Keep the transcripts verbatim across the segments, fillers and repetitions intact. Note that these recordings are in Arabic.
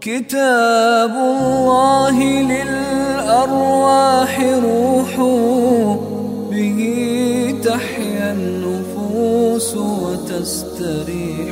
كتاب الله للأرواح روح، به تحيا النفوس وتستريح.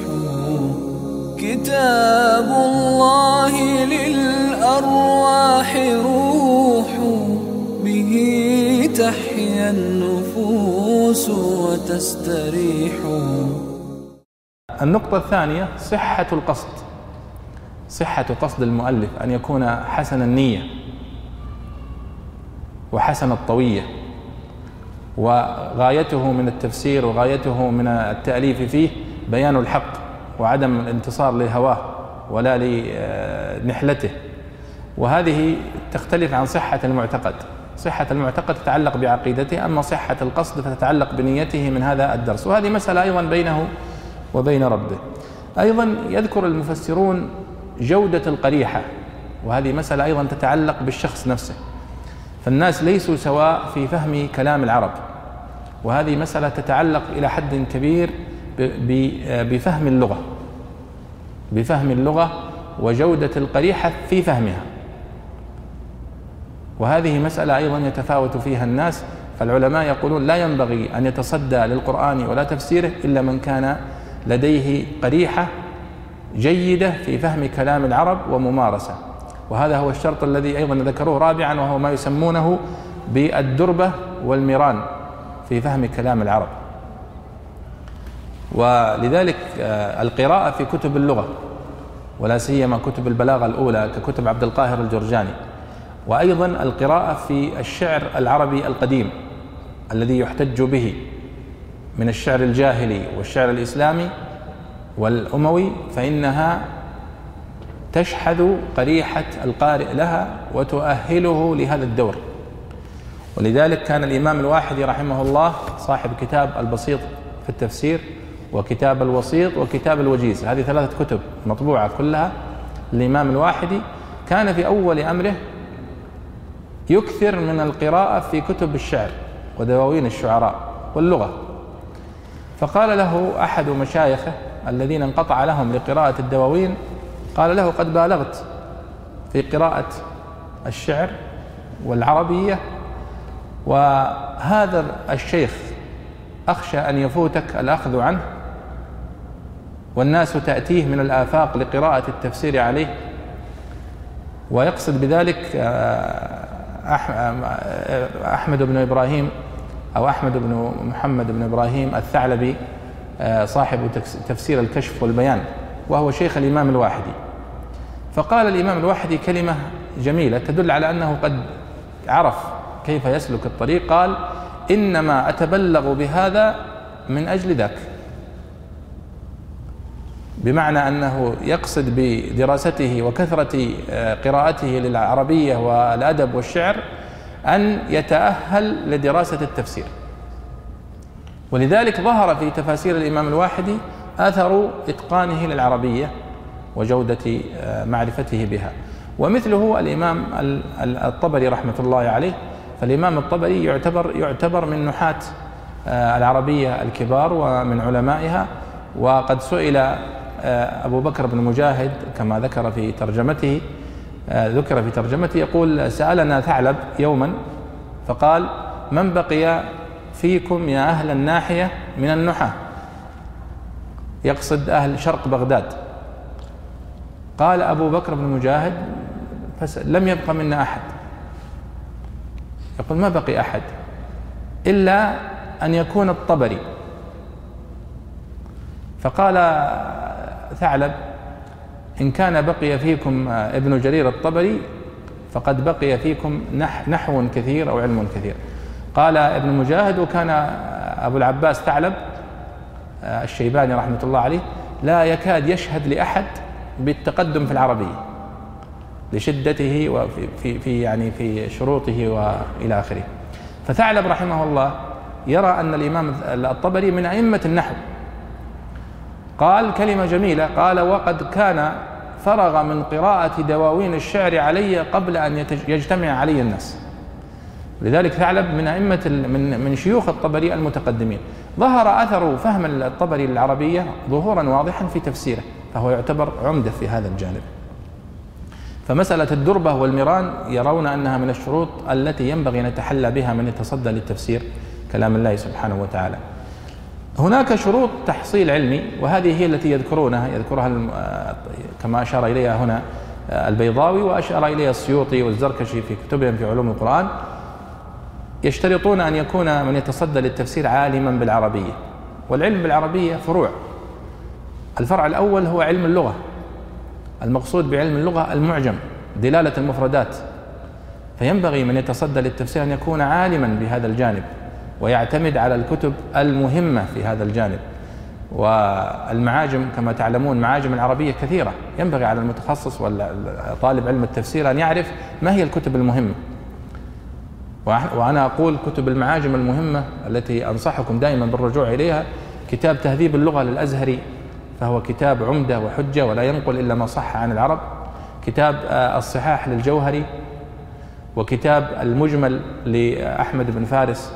كتاب الله للأرواح روح، به تحيا النفوس وتستريح. النقطة الثانية صحة القصد، صحة قصد المؤلف، أن يكون حسن النية وحسن الطوية، وغايته من التفسير وغايته من التأليف فيه بيان الحق وعدم الانتصار لهواه ولا لنحلته. وهذه تختلف عن صحة المعتقد. صحة المعتقد تتعلق بعقيدته، أما صحة القصد فتتعلق بنيته من هذا الدرس، وهذه مسألة أيضا بينه وبين ربه. أيضا يذكر المفسرون جودة القريحة، وهذه مسألة أيضا تتعلق بالشخص نفسه، فالناس ليسوا سواء في فهم كلام العرب، وهذه مسألة تتعلق إلى حد كبير بفهم اللغة بفهم اللغة وجودة القريحة في فهمها، وهذه مسألة أيضا يتفاوت فيها الناس. فالعلماء يقولون لا ينبغي أن يتصدى للقرآن ولا تفسيره إلا من كان لديه قريحة جيدة في فهم كلام العرب وممارسة، وهذا هو الشرط الذي أيضا ذكروه رابعا، وهو ما يسمونه بالدربة والمران في فهم كلام العرب. ولذلك القراءة في كتب اللغة، ولا سيما كتب البلاغة الأولى ككتب عبد القاهر الجرجاني، وأيضا القراءة في الشعر العربي القديم الذي يحتج به من الشعر الجاهلي والشعر الإسلامي والأموي، فإنها تشحذ قريحة القارئ لها وتؤهله لهذا الدور. ولذلك كان الإمام الواحدي رحمه الله صاحب كتاب البسيط في التفسير، وكتاب الوسيط، وكتاب الوجيز، هذه ثلاثة كتب مطبوعة كلها الإمام الواحدي. كان في أول أمره يكثر من القراءة في كتب الشعر ودواوين الشعراء واللغة، فقال له أحد مشايخه الذين انقطع لهم لقراءة الدواوين، قال له: قد بالغت في قراءة الشعر والعربية، وهذا الشيخ أخشى أن يفوتك الأخذ عنه، والناس تأتيه من الآفاق لقراءة التفسير عليه. ويقصد بذلك أحمد بن إبراهيم أو أحمد بن محمد بن إبراهيم الثعلبي صاحب تفسير الكشف والبيان، وهو شيخ الإمام الواحدي. فقال الإمام الواحدي كلمة جميلة تدل على أنه قد عرف كيف يسلك الطريق. قال: إنما أتبلغ بهذا من أجل ذاك، بمعنى أنه يقصد بدراسته وكثرة قراءته للعربية والأدب والشعر أن يتأهل لدراسة التفسير. ولذلك ظهر في تفاسير الإمام الواحدي أثر إتقانه للعربية وجودة معرفته بها. ومثله الإمام الطبري رحمة الله عليه، فالإمام الطبري يعتبر يعتبر من نحاة العربية الكبار ومن علمائها. وقد سئل أبو بكر بن مجاهد كما ذكر في ترجمته ذكر في ترجمته يقول: سألنا ثعلب يوما فقال: من بقي فيكم يا أهل الناحية من النحاة؟ يقصد أهل شرق بغداد. قال أبو بكر بن مجاهد: لم يبق منا أحد. يقول: ما بقي أحد إلا أن يكون الطبري. فقال ثعلب: إن كان بقي فيكم ابن جرير الطبري فقد بقي فيكم نحو كثير أو علم كثير. قال ابن مجاهد: وكان أبو العباس ثعلب الشيباني رحمة الله عليه لا يكاد يشهد لأحد بالتقدم في العربية لشدته وفي في في يعني في شروطه وإلى آخره. فثعلب رحمه الله يرى أن الإمام الطبري من أئمة النحو. قال كلمة جميلة، قال: وقد كان فرغ من قراءة دواوين الشعر علي قبل أن يجتمع علي الناس. لذلك ثعلب من أئمة من من شيوخ الطبري المتقدمين. ظهر أثر فهم الطبري للعربية ظهورا واضحا في تفسيره، فهو يعتبر عمدة في هذا الجانب. فمسألة الدربة والمران يرون أنها من الشروط التي ينبغي أن يتحلى بها من يتصدى للتفسير كلام الله سبحانه وتعالى. هناك شروط تحصيل علمي، وهذه هي التي يذكرونها يذكرها كما أشار إليها هنا البيضاوي وأشار إليها السيوطي والزركشي في كتبهم في علوم القرآن. يشترطون أن يكون من يتصدى للتفسير عالما بالعربية، والعلم بالعربية فروع. الفرع الأول هو علم اللغة، المقصود بعلم اللغة المعجم، دلالة المفردات، فينبغي من يتصدى للتفسير أن يكون عالما بهذا الجانب ويعتمد على الكتب المهمة في هذا الجانب. والمعاجم كما تعلمون معاجم العربية كثيرة، ينبغي على المتخصص وطالب علم التفسير أن يعرف ما هي الكتب المهمة. وأنا أقول كتب المعاجم المهمة التي أنصحكم دائما بالرجوع إليها: كتاب تهذيب اللغة للأزهري، فهو كتاب عمدة وحجة ولا ينقل إلا ما صح عن العرب. كتاب الصحاح للجوهري، وكتاب المجمل لأحمد بن فارس،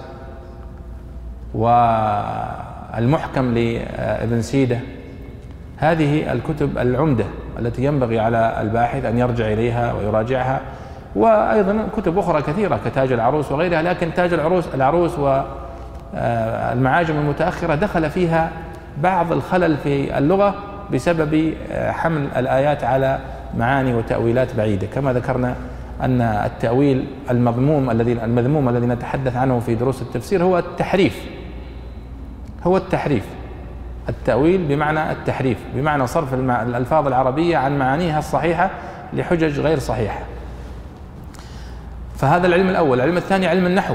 والمحكم لابن سيدة. هذه الكتب العمدة التي ينبغي على الباحث أن يرجع إليها ويراجعها. وأيضا كتب أخرى كثيرة كتاج العروس وغيرها، لكن تاج العروس العروس والمعاجم المتأخرة دخل فيها بعض الخلل في اللغة بسبب حمل الآيات على معاني وتأويلات بعيدة، كما ذكرنا أن التأويل المذموم الذي المذموم الذي نتحدث عنه في دروس التفسير هو التحريف هو التحريف التأويل بمعنى التحريف، بمعنى صرف الألفاظ العربية عن معانيها الصحيحة لحجج غير صحيحة. فهذا العلم الأول. العلم الثاني علم النحو،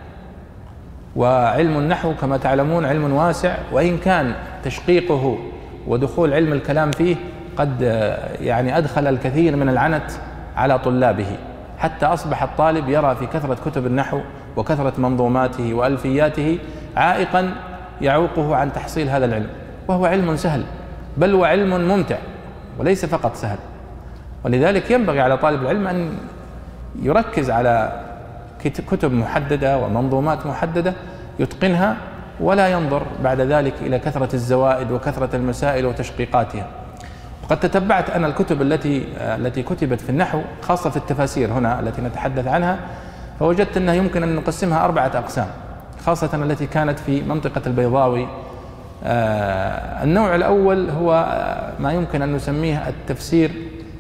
وعلم النحو كما تعلمون علم واسع، وإن كان تشقيقه ودخول علم الكلام فيه قد يعني أدخل الكثير من العنت على طلابه، حتى أصبح الطالب يرى في كثرة كتب النحو وكثرة منظوماته وألفياته عائقا يعوقه عن تحصيل هذا العلم، وهو علم سهل، بل وعلم ممتع وليس فقط سهل. ولذلك ينبغي على طالب العلم أن يركز على كتب محددة ومنظومات محددة يتقنها، ولا ينظر بعد ذلك إلى كثرة الزوائد وكثرة المسائل وتشقيقاتها. وقد تتبعت أنا الكتب التي التي كتبت في النحو، خاصة في التفاسير هنا التي نتحدث عنها، فوجدت أنها يمكن أن نقسمها أربعة أقسام، خاصة التي كانت في منطقة البيضاوي. النوع الأول هو ما يمكن أن نسميه التفسير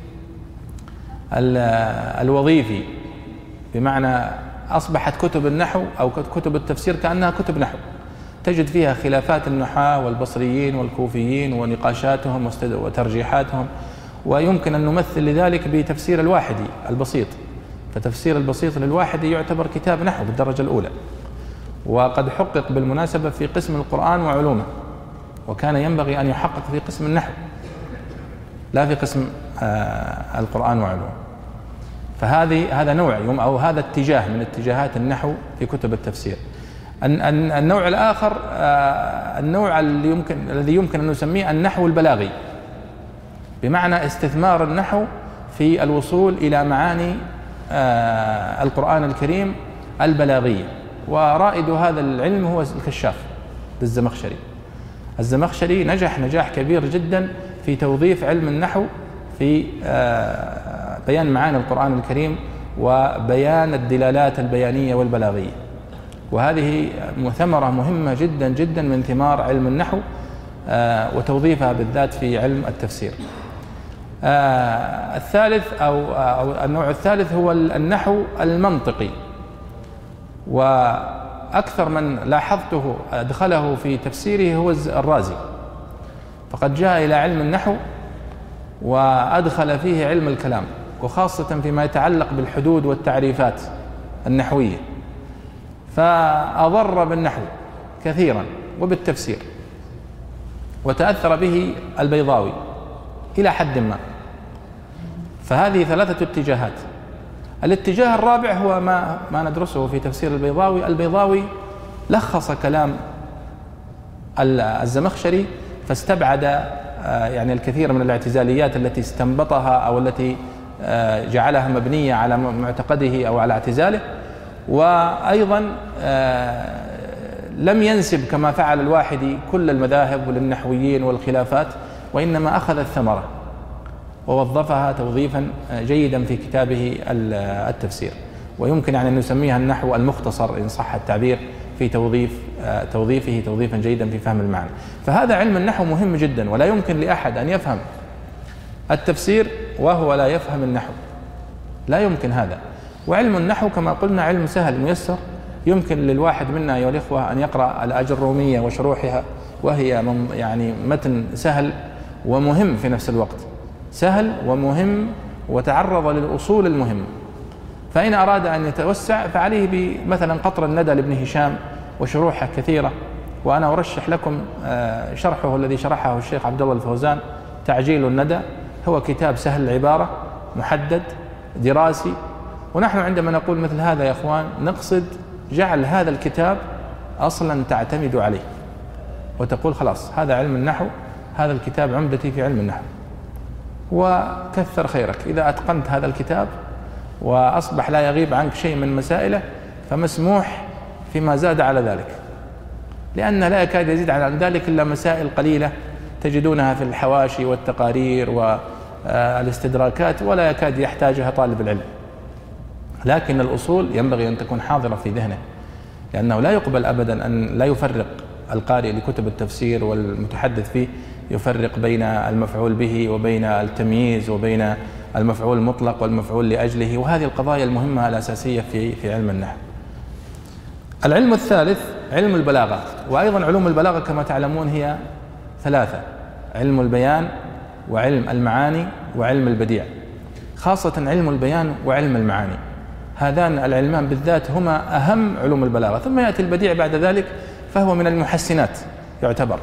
الوظيفي، بمعنى أصبحت كتب النحو أو كتب التفسير كأنها كتب نحو، تجد فيها خلافات النحاة والبصريين والكوفيين ونقاشاتهم وترجيحاتهم. ويمكن أن نمثل لذلك بتفسير الواحدي البسيط، فتفسير البسيط للواحدي يعتبر كتاب نحو بالدرجة الأولى، وقد حقق بالمناسبة في قسم القرآن وعلومه، وكان ينبغي أن يحقق في قسم النحو لا في قسم آه القرآن وعلومه. فهذه هذا نوع أو هذا اتجاه من اتجاهات النحو في كتب التفسير. النوع الآخر آه النوع اللي يمكن الذي يمكن أن نسميه النحو البلاغي، بمعنى استثمار النحو في الوصول إلى معاني آه القرآن الكريم البلاغية. ورائد هذا العلم هو الكشاف للزمخشري. الزمخشري نجح نجاح كبير جدا في توظيف علم النحو في بيان معاني القرآن الكريم وبيان الدلالات البيانية والبلاغية، وهذه ثمرة مهمة جدا جدا من ثمار علم النحو وتوظيفها بالذات في علم التفسير. الثالث أو النوع الثالث هو النحو المنطقي، وأكثر من لاحظته أدخله في تفسيره هو الرازي، فقد جاء إلى علم النحو وأدخل فيه علم الكلام، وخاصة فيما يتعلق بالحدود والتعريفات النحوية، فأضر بالنحو كثيرا وبالتفسير، وتأثر به البيضاوي إلى حد ما. فهذه ثلاثة اتجاهات. الاتجاه الرابع هو ما ما ندرسه في تفسير البيضاوي. البيضاوي لخص كلام الزمخشري فاستبعد يعني الكثير من الاعتزاليات التي استنبطها أو التي جعلها مبنية على معتقده أو على اعتزاله، وأيضا لم ينسب كما فعل الواحدي كل المذاهب للنحويين والخلافات، وإنما أخذ الثمرة ووظفها توظيفا جيدا في كتابه التفسير، ويمكن يعني أن نسميها النحو المختصر إن صح التعبير في توظيف توظيفه توظيفا جيدا في فهم المعنى. فهذا علم النحو مهم جدا، ولا يمكن لأحد أن يفهم التفسير وهو لا يفهم النحو، لا يمكن هذا. وعلم النحو كما قلنا علم سهل ميسر، يمكن للواحد منا أيها الإخوة أن يقرأ الأجرومية وشروحها، وهي يعني متن سهل ومهم في نفس الوقت، سهل ومهم وتعرض للأصول المهمة. فإن أراد أن يتوسع فعليه بمثلا قطر الندى لابن هشام وشروحه كثيرة، وأنا أرشح لكم شرحه الذي شرحه الشيخ عبد الله الفوزان، تعجيل الندى، هو كتاب سهل العبارة محدد دراسي. ونحن عندما نقول مثل هذا يا أخوان نقصد جعل هذا الكتاب أصلا تعتمد عليه، وتقول خلاص هذا علم النحو، هذا الكتاب عمدتي في علم النحو، وكثر خيرك إذا أتقنت هذا الكتاب وأصبح لا يغيب عنك شيء من مسائله، فمسموح فيما زاد على ذلك، لأن لا يكاد يزيد على ذلك إلا مسائل قليلة تجدونها في الحواشي والتقارير والاستدراكات، ولا يكاد يحتاجها طالب العلم. لكن الأصول ينبغي أن تكون حاضرة في ذهنه، لأنه لا يقبل أبدا أن لا يفرق القارئ لكتب التفسير والمتحدث فيه، يفرق بين المفعول به وبين التمييز وبين المفعول المطلق والمفعول لأجله، وهذه القضايا المهمة الأساسية في في علم النحو. العلم الثالث علم البلاغة، وأيضا علوم البلاغة كما تعلمون هي ثلاثة: علم البيان وعلم المعاني وعلم البديع. خاصة علم البيان وعلم المعاني، هذان العلمان بالذات هما أهم علوم البلاغة، ثم يأتي البديع بعد ذلك فهو من المحسنات يعتبر.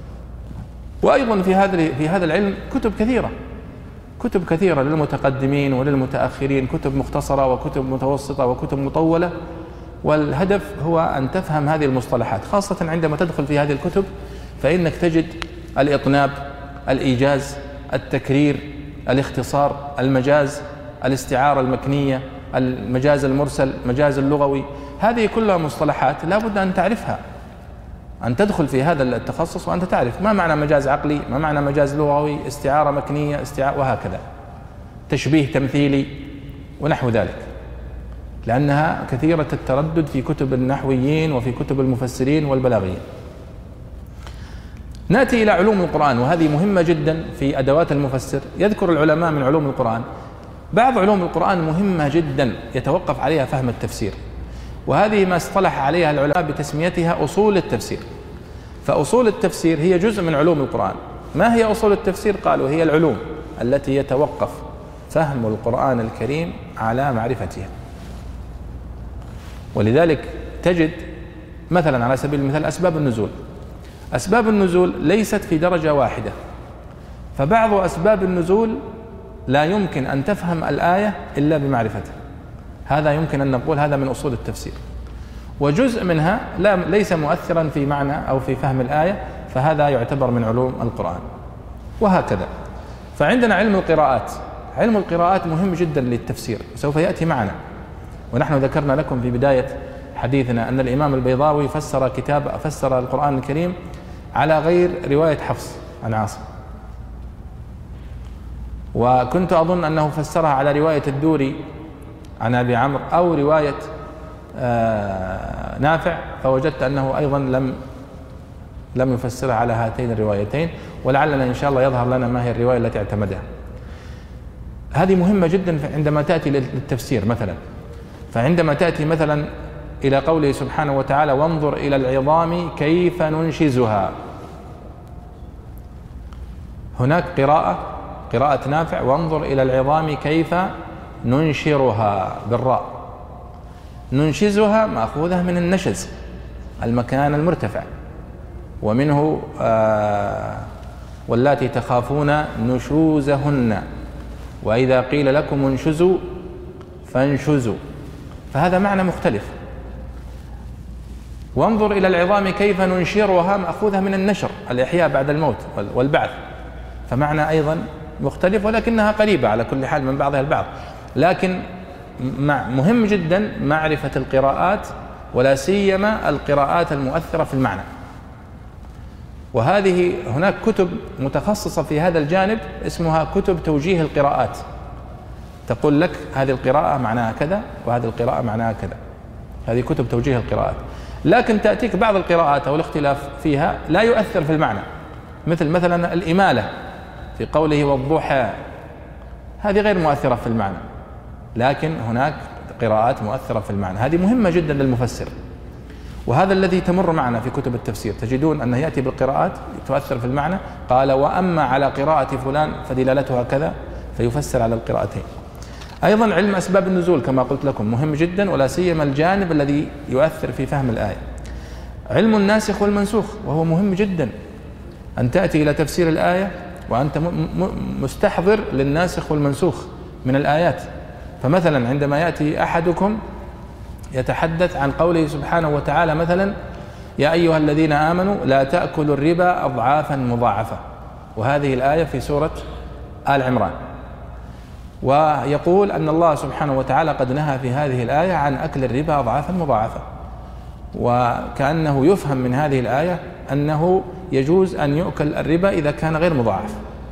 وأيضا في هذا في هذا العلم كتب كثيرة، كتب كثيرة للمتقدمين وللمتأخرين، كتب مختصرة وكتب متوسطة وكتب مطولة، والهدف هو أن تفهم هذه المصطلحات. خاصة عندما تدخل في هذه الكتب فإنك تجد الإطناب، الإيجاز، التكرير، الاختصار، المجاز، الاستعارة المكنية، المجاز المرسل، المجاز اللغوي، هذه كلها مصطلحات لا بد أن تعرفها، أن تدخل في هذا التخصص وأنت تعرف ما معنى مجاز عقلي، ما معنى مجاز لغوي، استعارة مكنية، استعارة، وهكذا، تشبيه تمثيلي ونحو ذلك، لأنها كثيرة التردد في كتب النحويين وفي كتب المفسرين والبلاغيين. نأتي إلى علوم القرآن، وهذه مهمة جدا في أدوات المفسر. يذكر العلماء من علوم القرآن بعض علوم القرآن مهمة جدا يتوقف عليها فهم التفسير، وهذه ما اصطلح عليها العلماء بتسميتها أصول التفسير. فأصول التفسير هي جزء من علوم القرآن. ما هي أصول التفسير؟ قالوا هي العلوم التي يتوقف فهم القرآن الكريم على معرفتها. ولذلك تجد مثلا على سبيل المثال أسباب النزول، أسباب النزول ليست في درجة واحدة، فبعض أسباب النزول لا يمكن أن تفهم الآية إلا بمعرفتها، هذا يمكن أن نقول هذا من أصول التفسير. وجزء منها لا ليس مؤثرا في معنى أو في فهم الآية، فهذا يعتبر من علوم القرآن، وهكذا. فعندنا علم القراءات، علم القراءات مهم جدا للتفسير وسوف يأتي معنا. ونحن ذكرنا لكم في بداية حديثنا أن الإمام البيضاوي فسر كتاب فسر القرآن الكريم على غير رواية حفص عن عاصم، وكنت أظن أنه فسرها على رواية الدوري عن أبي عمرو أو رواية آه نافع، فوجدت أنه أيضا لم لم يفسرها على هاتين الروايتين، ولعلنا إن شاء الله يظهر لنا ما هي الرواية التي اعتمدها. هذه مهمة جدا عندما تأتي للتفسير مثلا. فعندما تأتي مثلا إلى قوله سبحانه وتعالى: وانظر إلى العظام كيف ننشزها، هناك قراءة قراءة نافع: وانظر إلى العظام كيف ننشرها بالراء. ننشزها مأخوذة من النشز، المكان المرتفع، ومنه آه واللاتي تخافون نشوزهن وإذا قيل لكم انشزوا فانشزوا، فهذا معنى مختلف. وانظر إلى العظام كيف ننشرها مأخوذة من النشر، الإحياء بعد الموت والبعث، فمعنى أيضا مختلف، ولكنها قريبة على كل حال من بعضها البعض. لكن مهم جدا معرفة القراءات، ولا سيما القراءات المؤثرة في المعنى. وهذه هناك كتب متخصصة في هذا الجانب اسمها كتب توجيه القراءات، تقول لك هذه القراءة معناها كذا وهذه القراءة معناها كذا، هذه كتب توجيه القراءات. لكن تأتيك بعض القراءات أو الاختلاف فيها لا يؤثر في المعنى، مثل مثلا الإمالة في قوله والضحى، هذه غير مؤثرة في المعنى، لكن هناك قراءات مؤثرة في المعنى، هذه مهمة جدا للمفسر. وهذا الذي تمر معنا في كتب التفسير، تجدون أنه يأتي بالقراءات تؤثر في المعنى، قال وأما على قراءة فلان فدلالتها كذا، فيفسر على القراءتين. أيضا علم أسباب النزول كما قلت لكم مهم جدا، ولا سيما الجانب الذي يؤثر في فهم الآية. علم الناسخ والمنسوخ وهو مهم جدا، أن تأتي إلى تفسير الآية وأنت مستحضر للناسخ والمنسوخ من الآيات. فمثلا عندما يأتي أحدكم يتحدث عن قوله سبحانه وتعالى مثلا يا أيها الذين آمنوا لا تأكلوا الربا أضعافا مضاعفة، وهذه الآية في سورة آل عمران، ويقول أن الله سبحانه وتعالى قد نهى في هذه الآية عن أكل الربا أضعافا مضاعفة، وكأنه يفهم من هذه الآية أنه يجوز أن يؤكل الربا إذا كان غير مضاعف،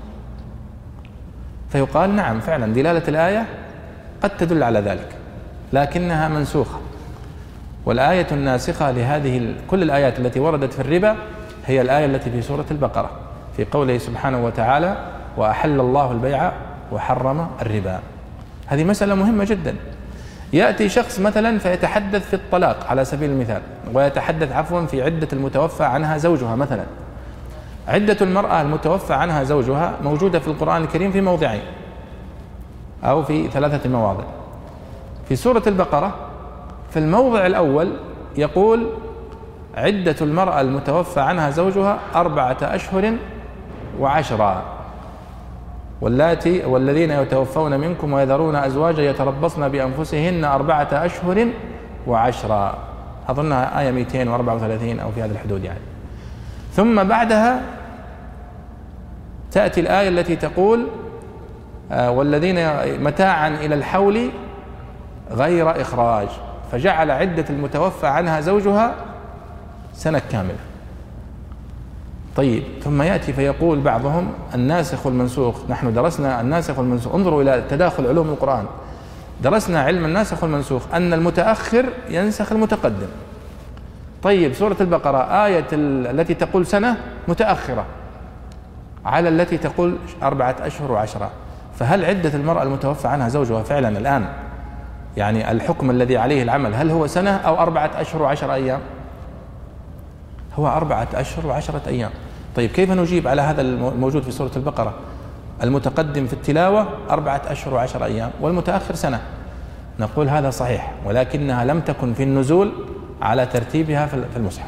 فيقال نعم فعلا دلالة الآية قد تدل على ذلك لكنها منسوخة. والآية الناسخة لهذه كل الآيات التي وردت في الربا هي الآية التي في سورة البقرة في قوله سبحانه وتعالى وأحل الله البيع وحرم الربا. هذه مسألة مهمة جدا. يأتي شخص مثلا فيتحدث في الطلاق على سبيل المثال، ويتحدث عفوا في عدة المتوفى عنها زوجها مثلا. عدة المرأة المتوفى عنها زوجها موجودة في القرآن الكريم في موضعين أو في ثلاثة مواضع. في سورة البقرة في الموضع الأول يقول عدة المرأة المتوفى عنها زوجها أربعة أشهر وعشرة، واللاتي والذين يتوفون منكم ويذرون أزواجا يتربصن بأنفسهن أربعة أشهر وعشرة، أظنها آية مئتين وأربعة وثلاثين أو في هذه الحدود يعني. ثم بعدها تأتي الآية التي تقول والذين متاعا إلى الحول غير إخراج، فجعل عدة المتوفى عنها زوجها سنة كاملة. طيب ثم يأتي فيقول بعضهم الناسخ والمنسوخ، نحن درسنا الناسخ والمنسوخ، انظروا إلى تداخل علوم القرآن، درسنا علم الناسخ والمنسوخ أن المتأخر ينسخ المتقدم. طيب سورة البقرة آية التي تقول سنة متأخرة على التي تقول أربعة أشهر وعشرة، فهل عدة المرأة المتوفى عنها زوجها فعلا الآن يعني الحكم الذي عليه العمل هل هو سنة أو أربعة أشهر وعشرة أيام؟ هو أربعة أشهر وعشرة أيام. طيب كيف نجيب على هذا الموجود في سورة البقرة؟ المتقدم في التلاوة أربعة أشهر وعشرة أيام والمتأخر سنة. نقول هذا صحيح، ولكنها لم تكن في النزول على ترتيبها في المصحف،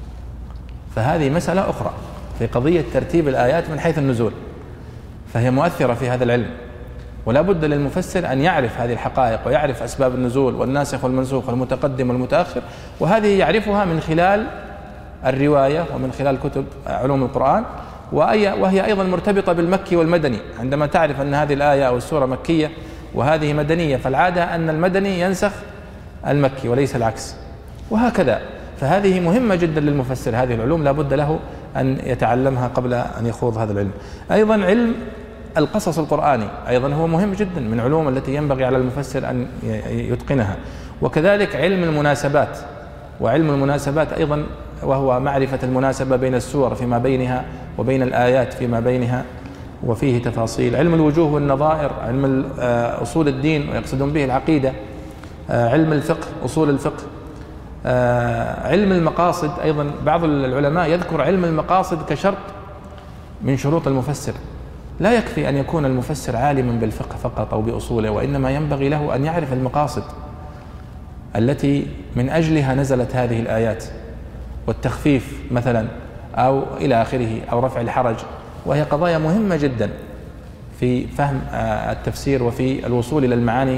فهذه مسألة أخرى في قضية ترتيب الآيات من حيث النزول، فهي مؤثرة في هذا العلم، ولا بد للمفسر أن يعرف هذه الحقائق ويعرف أسباب النزول والناسخ والمنسوخ والمتقدم والمتأخر، وهذه يعرفها من خلال الرواية ومن خلال كتب علوم القرآن، وهي أيضا مرتبطة بالمكي والمدني. عندما تعرف أن هذه الآية أو السورة مكية وهذه مدنية فالعادة أن المدني ينسخ المكي وليس العكس، وهكذا. فهذه مهمة جدا للمفسر، هذه العلوم لا بد له أن يتعلمها قبل أن يخوض هذا العلم. أيضا علم القصص القرآني أيضا هو مهم جدا من علوم التي ينبغي على المفسر أن يتقنها، وكذلك علم المناسبات. وعلم المناسبات أيضا وهو معرفة المناسبة بين السور فيما بينها وبين الآيات فيما بينها، وفيه تفاصيل. علم الوجوه والنظائر، علم أصول الدين ويقصدون به العقيدة، علم الفقه أصول الفقه، علم المقاصد. أيضا بعض العلماء يذكر علم المقاصد كشرط من شروط المفسر. لا يكفي أن يكون المفسر عالما بالفقه فقط أو بأصوله، وإنما ينبغي له أن يعرف المقاصد التي من أجلها نزلت هذه الآيات، والتخفيف مثلا أو إلى آخره، أو رفع الحرج، وهي قضايا مهمة جدا في فهم التفسير وفي الوصول إلى المعاني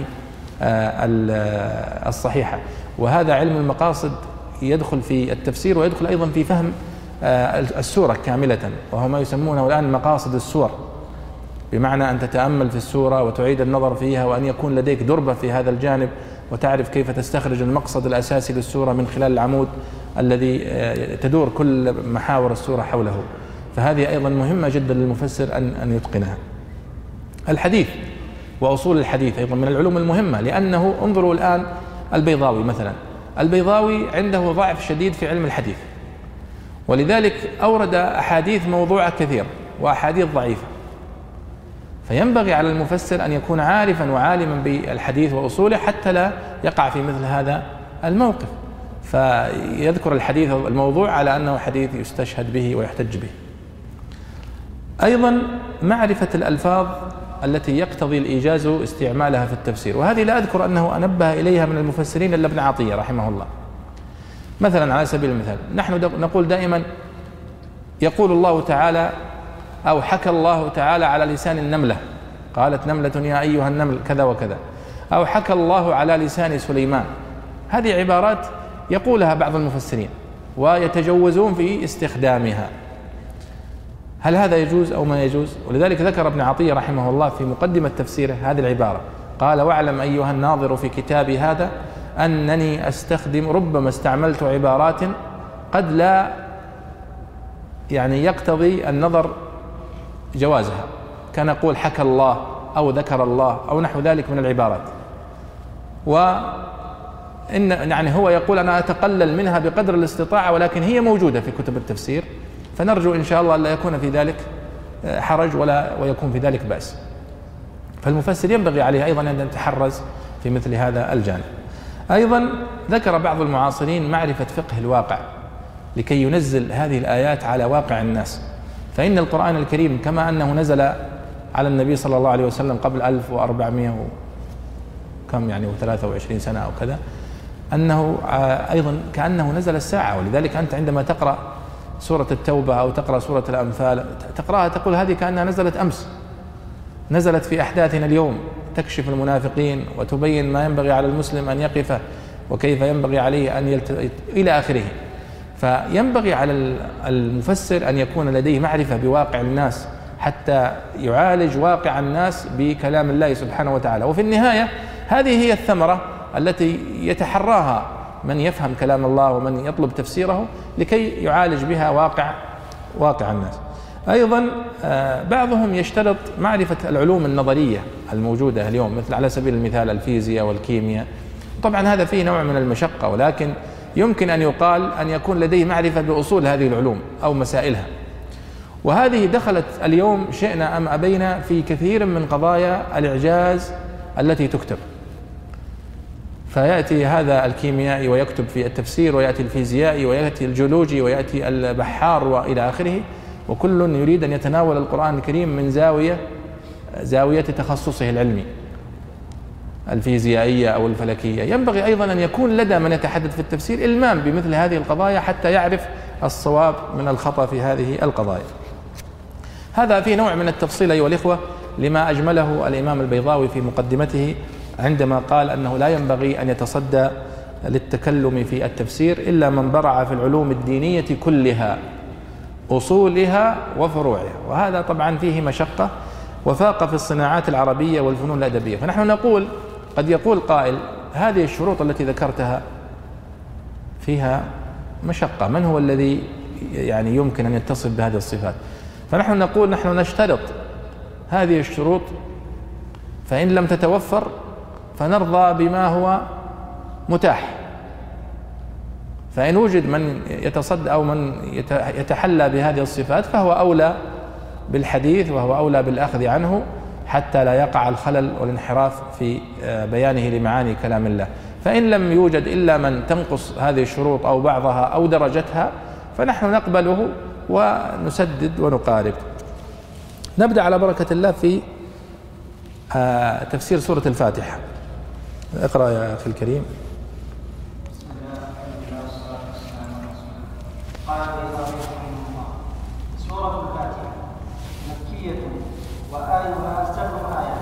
الصحيحة. وهذا علم المقاصد يدخل في التفسير ويدخل أيضا في فهم السورة كاملة، وهو ما يسمونه الآن مقاصد السور، بمعنى أن تتأمل في السورة وتعيد النظر فيها، وأن يكون لديك دربة في هذا الجانب، وتعرف كيف تستخرج المقصد الأساسي للسورة من خلال العمود الذي تدور كل محاور السورة حوله. فهذه أيضا مهمة جدا للمفسر أن أن يتقنها. الحديث وأصول الحديث أيضا من العلوم المهمة، لأنه انظروا الآن البيضاوي مثلا، البيضاوي عنده ضعف شديد في علم الحديث، ولذلك أورد أحاديث موضوعة كثير وأحاديث ضعيفة، فينبغي على المفسر أن يكون عارفا وعالما بالحديث وأصوله حتى لا يقع في مثل هذا الموقف، فيذكر الحديث الموضوع على أنه حديث يستشهد به ويحتج به. أيضا معرفة الألفاظ التي يقتضي الإيجاز استعمالها في التفسير، وهذه لا أذكر أنه أنبه إليها من المفسرين إلا ابن عطية رحمه الله. مثلا على سبيل المثال نحن نقول دائما يقول الله تعالى أو حكى الله تعالى على لسان النملة، قالت نملة يا أيها النمل كذا وكذا، أو حكى الله على لسان سليمان. هذه عبارات يقولها بعض المفسرين ويتجوزون في استخدامها، هل هذا يجوز أو ما يجوز؟ ولذلك ذكر ابن عطية رحمه الله في مقدمة تفسيره هذه العبارة، قال واعلم أيها الناظر في كتابي هذا أنني أستخدم ربما استعملت عبارات قد لا يعني يقتضي النظر جوازها، كان يقول حكى الله أو ذكر الله أو نحو ذلك من العبارات، وإن يعني هو يقول أنا أتقلل منها بقدر الاستطاعة، ولكن هي موجودة في كتب التفسير، فنرجو إن شاء الله أن لا يكون في ذلك حرج ولا ويكون في ذلك بأس. فالمفسر ينبغي عليه أيضا أن يتحرز في مثل هذا الجانب. أيضا ذكر بعض المعاصرين معرفة فقه الواقع لكي ينزل هذه الآيات على واقع الناس، فإن القرآن الكريم كما أنه نزل على النبي صلى الله عليه وسلم قبل ألف وأربعمائة كم يعني وثلاثة وعشرين سنة أو كذا، أنه أيضا كأنه نزل الساعة. ولذلك أنت عندما تقرأ سورة التوبة أو تقرأ سورة الأنفال تقرأها تقول هذه كأنها نزلت أمس، نزلت في أحداثنا اليوم، تكشف المنافقين وتبين ما ينبغي على المسلم أن يقف وكيف ينبغي عليه أن يلت... إلى آخره. فينبغي على المفسر أن يكون لديه معرفة بواقع الناس حتى يعالج واقع الناس بكلام الله سبحانه وتعالى. وفي النهاية هذه هي الثمرة التي يتحراها من يفهم كلام الله ومن يطلب تفسيره لكي يعالج بها واقع واقع الناس. أيضا بعضهم يشترط معرفة العلوم النظرية الموجودة اليوم، مثل على سبيل المثال الفيزياء والكيمياء. طبعا هذا فيه نوع من المشقة، ولكن يمكن أن يقال أن يكون لديه معرفة بأصول هذه العلوم أو مسائلها، وهذه دخلت اليوم شئنا أم أبينا في كثير من قضايا الإعجاز التي تكتب. فيأتي هذا الكيميائي ويكتب في التفسير، ويأتي الفيزيائي، ويأتي الجيولوجي، ويأتي البحار وإلى آخره، وكل يريد أن يتناول القرآن الكريم من زاوية زاوية تخصصه العلمي الفيزيائية أو الفلكية. ينبغي أيضا أن يكون لدى من يتحدث في التفسير إلمام بمثل هذه القضايا حتى يعرف الصواب من الخطأ في هذه القضايا. هذا فيه نوع من التفصيل أيها الإخوة لما أجمله الإمام البيضاوي في مقدمته عندما قال أنه لا ينبغي أن يتصدى للتكلم في التفسير إلا من برع في العلوم الدينية كلها أصولها وفروعها، وهذا طبعا فيه مشقة وفاق في الصناعات العربية والفنون الأدبية. فنحن نقول قد يقول قائل هذه الشروط التي ذكرتها فيها مشقة، من هو الذي يعني يمكن أن يتصف بهذه الصفات؟ فنحن نقول نحن نشترط هذه الشروط، فإن لم تتوفر فنرضى بما هو متاح، فإن وجد من يتصدى أو من يتحلى بهذه الصفات فهو أولى بالحديث وهو أولى بالأخذ عنه حتى لا يقع الخلل والانحراف في بيانه لمعاني كلام الله. فإن لم يوجد إلا من تنقص هذه الشروط أو بعضها أو درجتها فنحن نقبله ونسدد ونقارب. نبدأ على بركة الله في تفسير سورة الفاتحة. اقرأ يا أخي الكريم. قال البيضاوي رحمه الله: سورة الفاتحة مكية وآيها سبع آيات.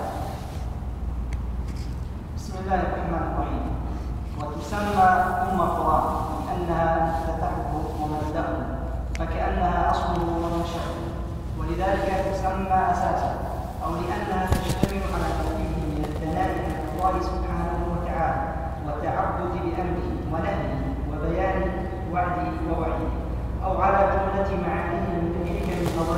بسم الله الرحمن الرحيم. وتسمى أم القرآن لأنها مفتتحه ومبدأه، فكأنها أصله ومنشأه، ولذلك تسمى أساسا، أو لأنها تشتمل على توحيده من الثناء على الله سبحانه وتعالى والتعبد بأمره ونهيه وبيان وعده ووعيده، أو على جملة معانيه من الحكم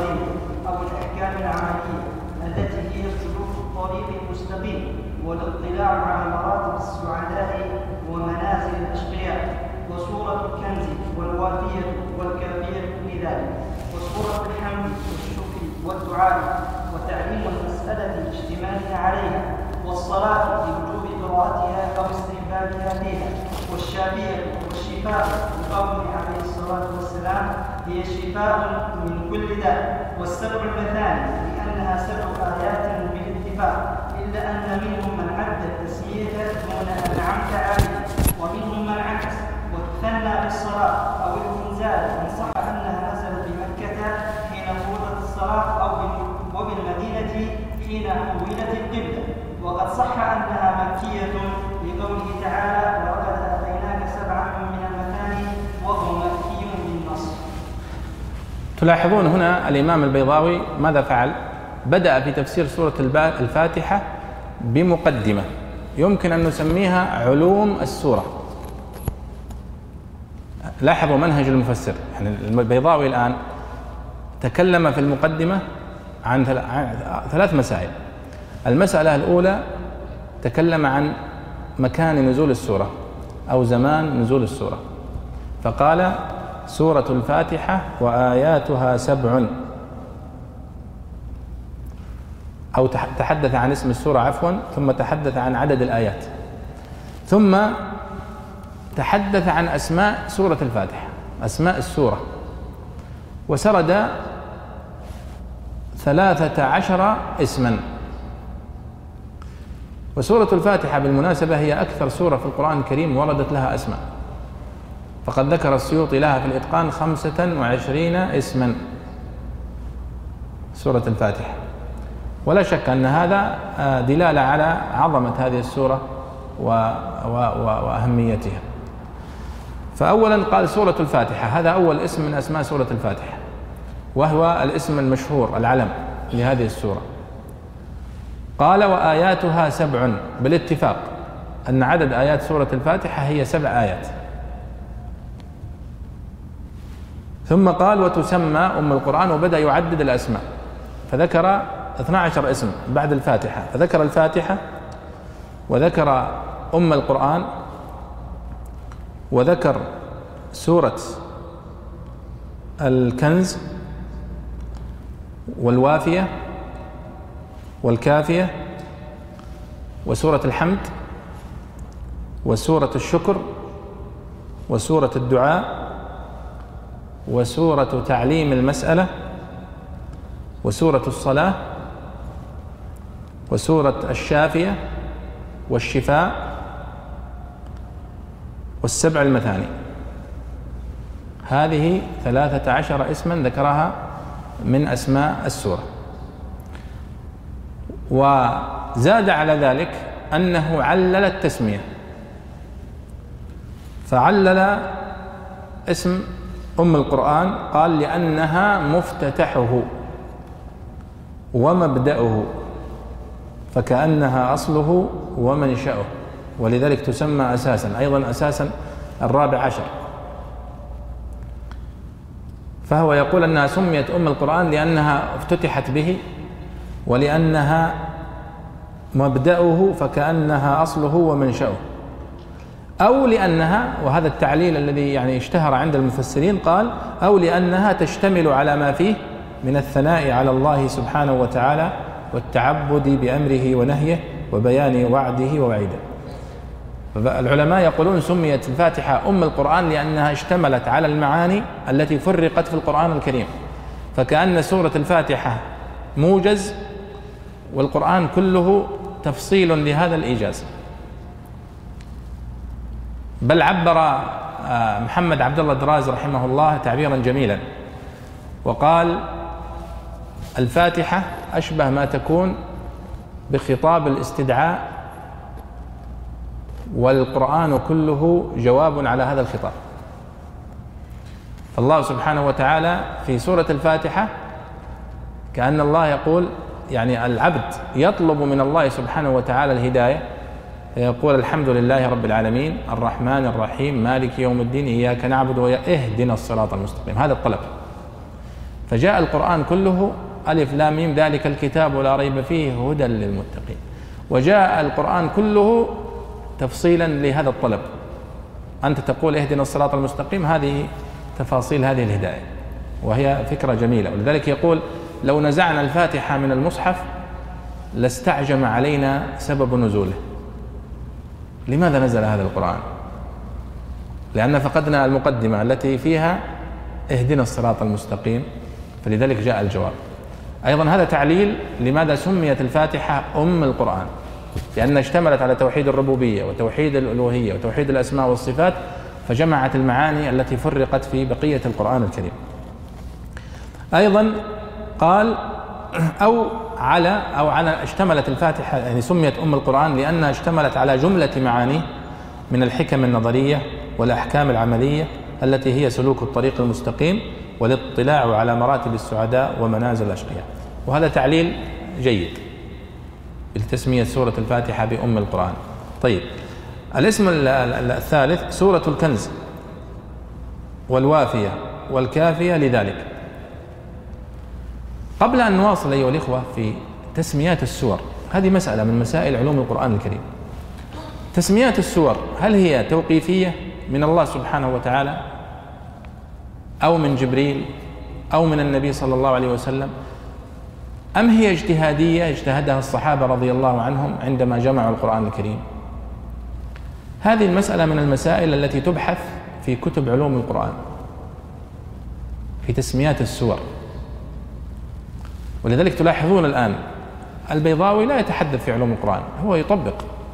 على مراتب السعداء ومنازل الأشقياء، وسورة الكنز والوافية والكافية لذلك، وسورة الحمد والشكر والدعاء وتعليم المسألة اشتمالها عليها، والصلاة بوجوب قراءتها أو استحبابها فيها، والشافية والشفاء بقوله عليه الصلاة والسلام هي شفاء من كل داء، والسبع المثاني لأنها سبع آيات بالاتفاق، إلا أن منهم من عد التسمية دون أن أنعمت عليه، ومنهم من عكس والثنى بالصلاة أو الإنزال إن صح أنها نزلت بمكة حين فرضت الصلاة أو وبالمدينة حين حولت القبلة، وقد صح أنها مكية لقوله تعالى ولقد آتيناك سبعا من المثاني وهو مكي بالنص. تلاحظون هنا الإمام البيضاوي ماذا فعل؟ بدأ في تفسير سورة الفاتحة بمقدمة يمكن أن نسميها علوم السورة. لاحظوا منهج المفسر، يعني البيضاوي الآن تكلم في المقدمة عن ثلاث مسائل. المسألة الأولى تكلم عن مكان نزول السورة أو زمان نزول السورة، فقال سورة الفاتحة وآياتها سبع، أو تحدث عن اسم السورة عفوا، ثم تحدث عن عدد الآيات، ثم تحدث عن أسماء سورة الفاتحة، أسماء السورة، وسرد ثلاثة عشر اسما. وسورة الفاتحة بالمناسبة هي أكثر سورة في القرآن الكريم وردت لها أسماء، فقد ذكر السيوطي لها في الإتقان خمسة وعشرين اسما سورة الفاتحة، ولا شك أن هذا دلالة على عظمة هذه السورة وأهميتها. فأولا قال سورة الفاتحة، هذا أول اسم من أسماء سورة الفاتحة، وهو الاسم المشهور العلم لهذه السورة. قال وآياتها سبع، بالاتفاق أن عدد آيات سورة الفاتحة هي سبع آيات. ثم قال وتسمى أم القرآن، وبدأ يعدد الأسماء، فذكر اثنا عشر اسم بعد الفاتحة، فذكر الفاتحة وذكر أم القرآن وذكر سورة الكنز والوافية والكافية وسورة الحمد وسورة الشكر وسورة الدعاء وسورة تعليم المسألة وسورة الصلاة وسورة الشافية والشفاء والسبع المثاني. هذه ثلاثة عشر اسما ذكرها من أسماء السورة. وزاد على ذلك أنه علل التسمية، فعلل اسم أم القرآن، قال لأنها مفتتحه ومبدأه، فكأنها أصله ومنشأه، ولذلك تسمى أساسا، أيضا أساسا الرابع عشر. فهو يقول أنها سميت أم القرآن لأنها افتتحت به، ولأنها مبدأه فكأنها أصله ومنشأه، أو لأنها، وهذا التعليل الذي يعني اشتهر عند المفسرين، قال أو لأنها تشتمل على ما فيه من الثناء على الله سبحانه وتعالى والتعبد بأمره ونهيه وبيان وعده ووعيده. العلماء يقولون سميت الفاتحة أم القرآن لأنها اشتملت على المعاني التي فرقت في القرآن الكريم، فكأن سورة الفاتحة موجز والقرآن كله تفصيل لهذا الإيجاز. بل عبر محمد عبد الله الدراز رحمه الله تعبيرا جميلا، وقال الفاتحة أشبه ما تكون بخطاب الاستدعاء، والقرآن كله جواب على هذا الخطاب. فالله سبحانه وتعالى في سورة الفاتحة كأن الله يقول، يعني العبد يطلب من الله سبحانه وتعالى الهداية، فيقول الحمد لله رب العالمين الرحمن الرحيم مالك يوم الدين إياك نعبد وإياك اهدنا الصراط المستقيم، هذا الطلب. فجاء القرآن كله ألف لام ميم ذلك الكتاب لا ريب فيه هدى للمتقين. وجاء القرآن كله تفصيلا لهذا الطلب. أنت تقول اهدنا الصراط المستقيم، هذه تفاصيل هذه الهداية، وهي فكرة جميلة. ولذلك يقول لو نزعنا الفاتحة من المصحف لاستعجم علينا سبب نزوله. لماذا نزل هذا القرآن؟ لأن فقدنا المقدمة التي فيها اهدنا الصراط المستقيم، فلذلك جاء الجواب. أيضا هذا تعليل لماذا سميت الفاتحة أم القرآن، لأنها اشتملت على توحيد الربوبية وتوحيد الألوهية وتوحيد الأسماء والصفات، فجمعت المعاني التي فرقت في بقية القرآن الكريم. أيضا قال أو على أو على اشتملت الفاتحة، يعني سميت أم القرآن لأنها اشتملت على جملة معاني من الحكم النظرية والأحكام العملية التي هي سلوك الطريق المستقيم والاطلاع على مراتب السعداء ومنازل الأشقياء. وهذا تعليل جيد لتسمية سورة الفاتحة بأم القرآن. طيب، الاسم الثالث سورة الكنز والوافية والكافية لذلك. قبل أن نواصل أيها الإخوة في تسميات السور، هذه مسألة من مسائل علوم القرآن الكريم. تسميات السور هل هي توقيفية من الله سبحانه وتعالى أو من جبريل أو من النبي صلى الله عليه وسلم، أم هي اجتهادية اجتهدها الصحابة رضي الله عنهم عندما جمعوا القرآن الكريم؟ هذه المسألة من المسائل التي تبحث في كتب علوم القرآن في تسميات السور. ولذلك تلاحظون الآن البيضاوي لا يتحدث في علوم القرآن، هو يطبق،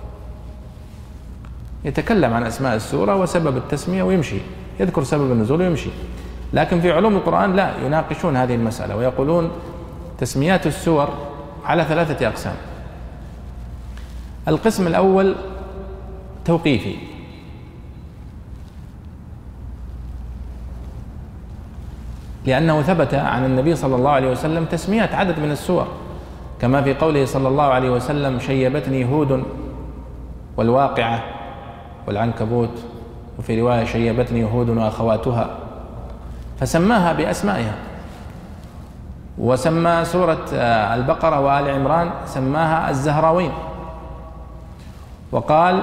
يتكلم عن أسماء السورة وسبب التسمية ويمشي، يذكر سبب النزول ويمشي. لكن في علوم القرآن لا، يناقشون هذه المسألة ويقولون تسميات السور على ثلاثة أقسام. القسم الأول توقيفي، لأنه ثبت عن النبي صلى الله عليه وسلم تسميات عدد من السور، كما في قوله صلى الله عليه وسلم شيبتني هود والواقعة والعنكبوت، وفي رواية شيبتني هود وأخواتها، فسماها بأسمائها. وسمى سورة البقرة وآل عمران سماها الزهراوين، وقال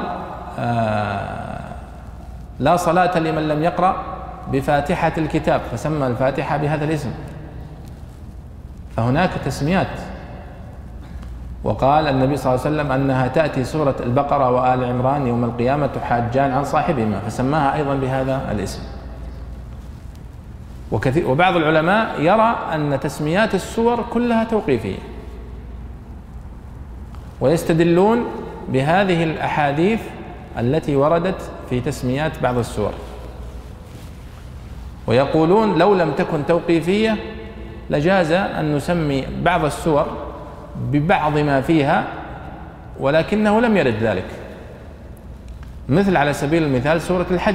لا صلاة لمن لم يقرأ بفاتحة الكتاب، فسمى الفاتحة بهذا الاسم. فهناك تسميات. وقال النبي صلى الله عليه وسلم أنها تأتي سورة البقرة وآل عمران يوم القيامة تحاجان عن صاحبهما، فسماها أيضا بهذا الاسم. وكثير وبعض العلماء يرى أن تسميات السور كلها توقيفية، ويستدلون بهذه الأحاديث التي وردت في تسميات بعض السور، ويقولون لو لم تكن توقيفية لجاز أن نسمي بعض السور ببعض ما فيها، ولكنه لم يرد ذلك. مثل على سبيل المثال سورة الحج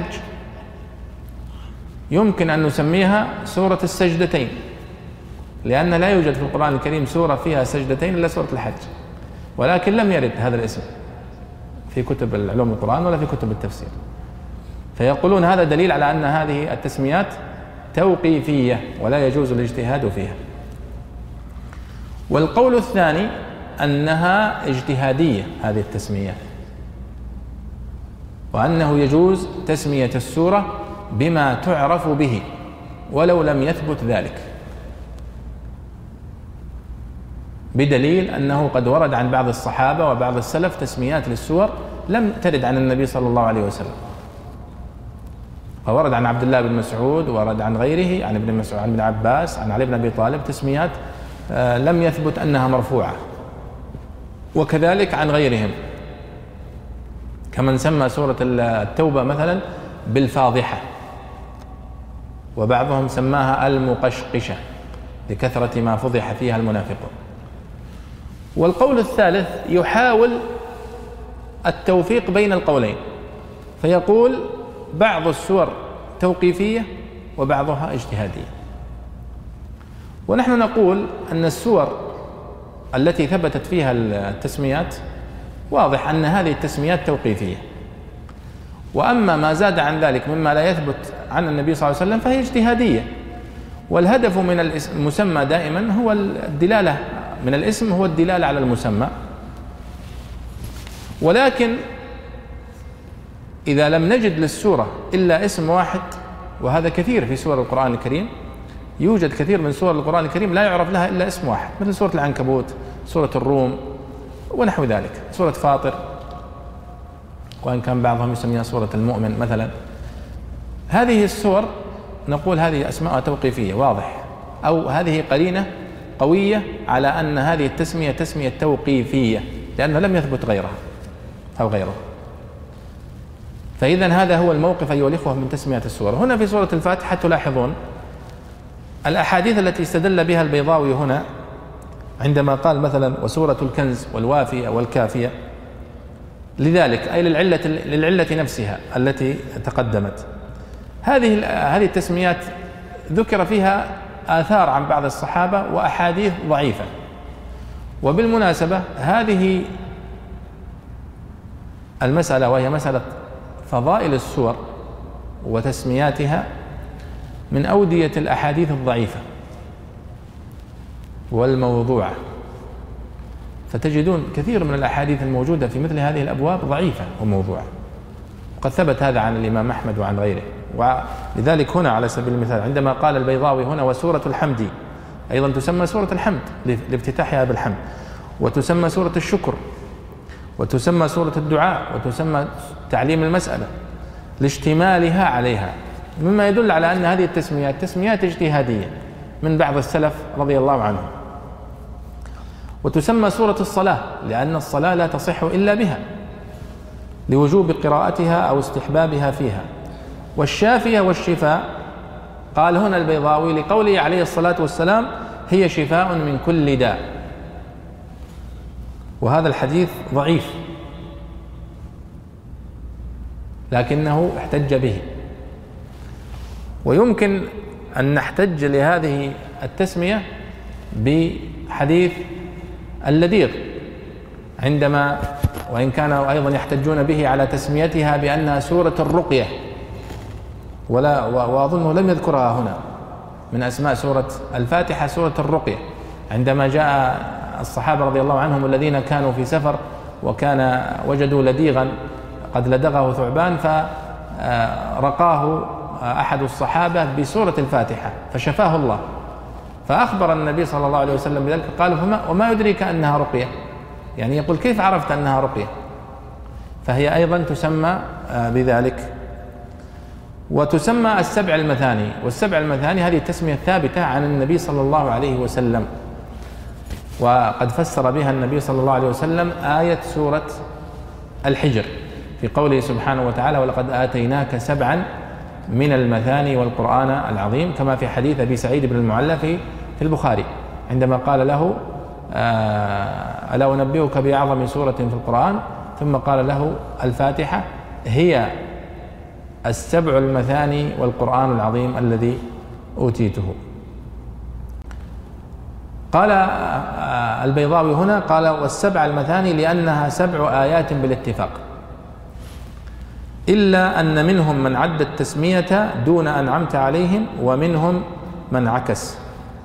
يمكن أن نسميها سورة السجدتين، لأن لا يوجد في القرآن الكريم سورة فيها سجدتين إلا سورة الحج، ولكن لم يرد هذا الاسم في كتب العلوم القرآن ولا في كتب التفسير. فيقولون هذا دليل على أن هذه التسميات توقيفية ولا يجوز الاجتهاد فيها. والقول الثاني أنها اجتهادية هذه التسميات، وأنه يجوز تسمية السورة بما تعرف به ولو لم يثبت ذلك، بدليل أنه قد ورد عن بعض الصحابة وبعض السلف تسميات للسور لم ترد عن النبي صلى الله عليه وسلم. فورد عن عبد الله بن مسعود، ورد عن غيره، عن ابن مسعود، عن ابن عباس، عن علي بن أبي طالب، تسميات لم يثبت أنها مرفوعة. وكذلك عن غيرهم، كمن سمى سورة التوبة مثلا بالفاضحة، وبعضهم سماها المقشقشة لكثرة ما فضح فيها المنافقون. والقول الثالث يحاول التوفيق بين القولين، فيقول بعض السور توقيفية وبعضها اجتهادية. ونحن نقول أن السور التي ثبتت فيها التسميات واضح أن هذه التسميات توقيفية، وأما ما زاد عن ذلك مما لا يثبت عن النبي صلى الله عليه وسلم فهي اجتهادية. والهدف من المسمى دائما هو الدلالة، من الاسم هو الدلالة على المسمى، ولكن إذا لم نجد للسورة إلا اسم واحد، وهذا كثير في سور القرآن الكريم، يوجد كثير من سور القرآن الكريم لا يعرف لها إلا اسم واحد، مثل سورة العنكبوت، سورة الروم ونحو ذلك، سورة فاطر، وإن كان بعضهم يسميها سورة المؤمن مثلا. هذه السور نقول هذه أسماء توقيفية واضح، أو هذه قرينة قوية على أن هذه التسمية تسمية توقيفية، لأنه لم يثبت غيرها أو غيره. فإذا هذا هو الموقف أيها الإخوة من تسمية السور. هنا في سورة الفاتحة تلاحظون الأحاديث التي استدل بها البيضاوي هنا عندما قال مثلا وسورة الكنز والوافية والكافية، لذلك أي للعلة, للعلة نفسها التي تقدمت. هذه هذه التسميات ذكر فيها آثار عن بعض الصحابة وأحاديث ضعيفة. وبالمناسبة هذه المسألة وهي مسألة فضائل السور وتسمياتها من أودية الأحاديث الضعيفة والموضوعة، فتجدون كثير من الأحاديث الموجودة في مثل هذه الأبواب ضعيفة وموضوعة، وقد ثبت هذا عن الإمام أحمد وعن غيره. ولذلك هنا على سبيل المثال عندما قال البيضاوي هنا وسورة الحمد، أيضا تسمى سورة الحمد لافتتاحها بالحمد، وتسمى سورة الشكر، وتسمى سورة الدعاء، وتسمى تعليم المسألة لاشتمالها عليها، مما يدل على أن هذه التسميات تسميات اجتهادية من بعض السلف رضي الله عنهم. وتسمى سورة الصلاة لأن الصلاة لا تصح إلا بها لوجوب قراءتها أو استحبابها فيها. والشافية والشفاء قال هنا البيضاوي لقوله عليه الصلاة والسلام هي شفاء من كل داء، وهذا الحديث ضعيف لكنه احتج به. ويمكن أن نحتج لهذه التسمية بحديث اللديغ عندما، وإن كانوا أيضا يحتجون به على تسميتها بأنها سورة الرقية، ولا وأظنه لم يذكرها هنا من أسماء سورة الفاتحة سورة الرقية، عندما جاء الصحابة رضي الله عنهم الذين كانوا في سفر وكان وجدوا لديغا قد لدغه ثعبان فرقاه أحد الصحابة بسورة الفاتحة فشفاه الله، فأخبر النبي صلى الله عليه وسلم بذلك، قال فما وما يدريك أنها رقية، يعني يقول كيف عرفت أنها رقية؟ فهي أيضا تسمى بذلك. وتسمى السبع المثاني، والسبع المثاني هذه التسمية الثابتة عن النبي صلى الله عليه وسلم، وقد فسر بها النبي صلى الله عليه وسلم آية سورة الحجر في قوله سبحانه وتعالى ولقد آتيناك سبعا من المثاني والقرآن العظيم، كما في حديث أبي سعيد بن المعلى في البخاري عندما قال له ألا أنبئك بأعظم سورة في القرآن، ثم قال له الفاتحة هي السبع المثاني والقرآن العظيم الذي أوتيته. قال البيضاوي هنا قال والسبع المثاني لأنها سبع آيات بالاتفاق، إلا أن منهم من عد التسمية دون أنعمت عليهم ومنهم من عكس.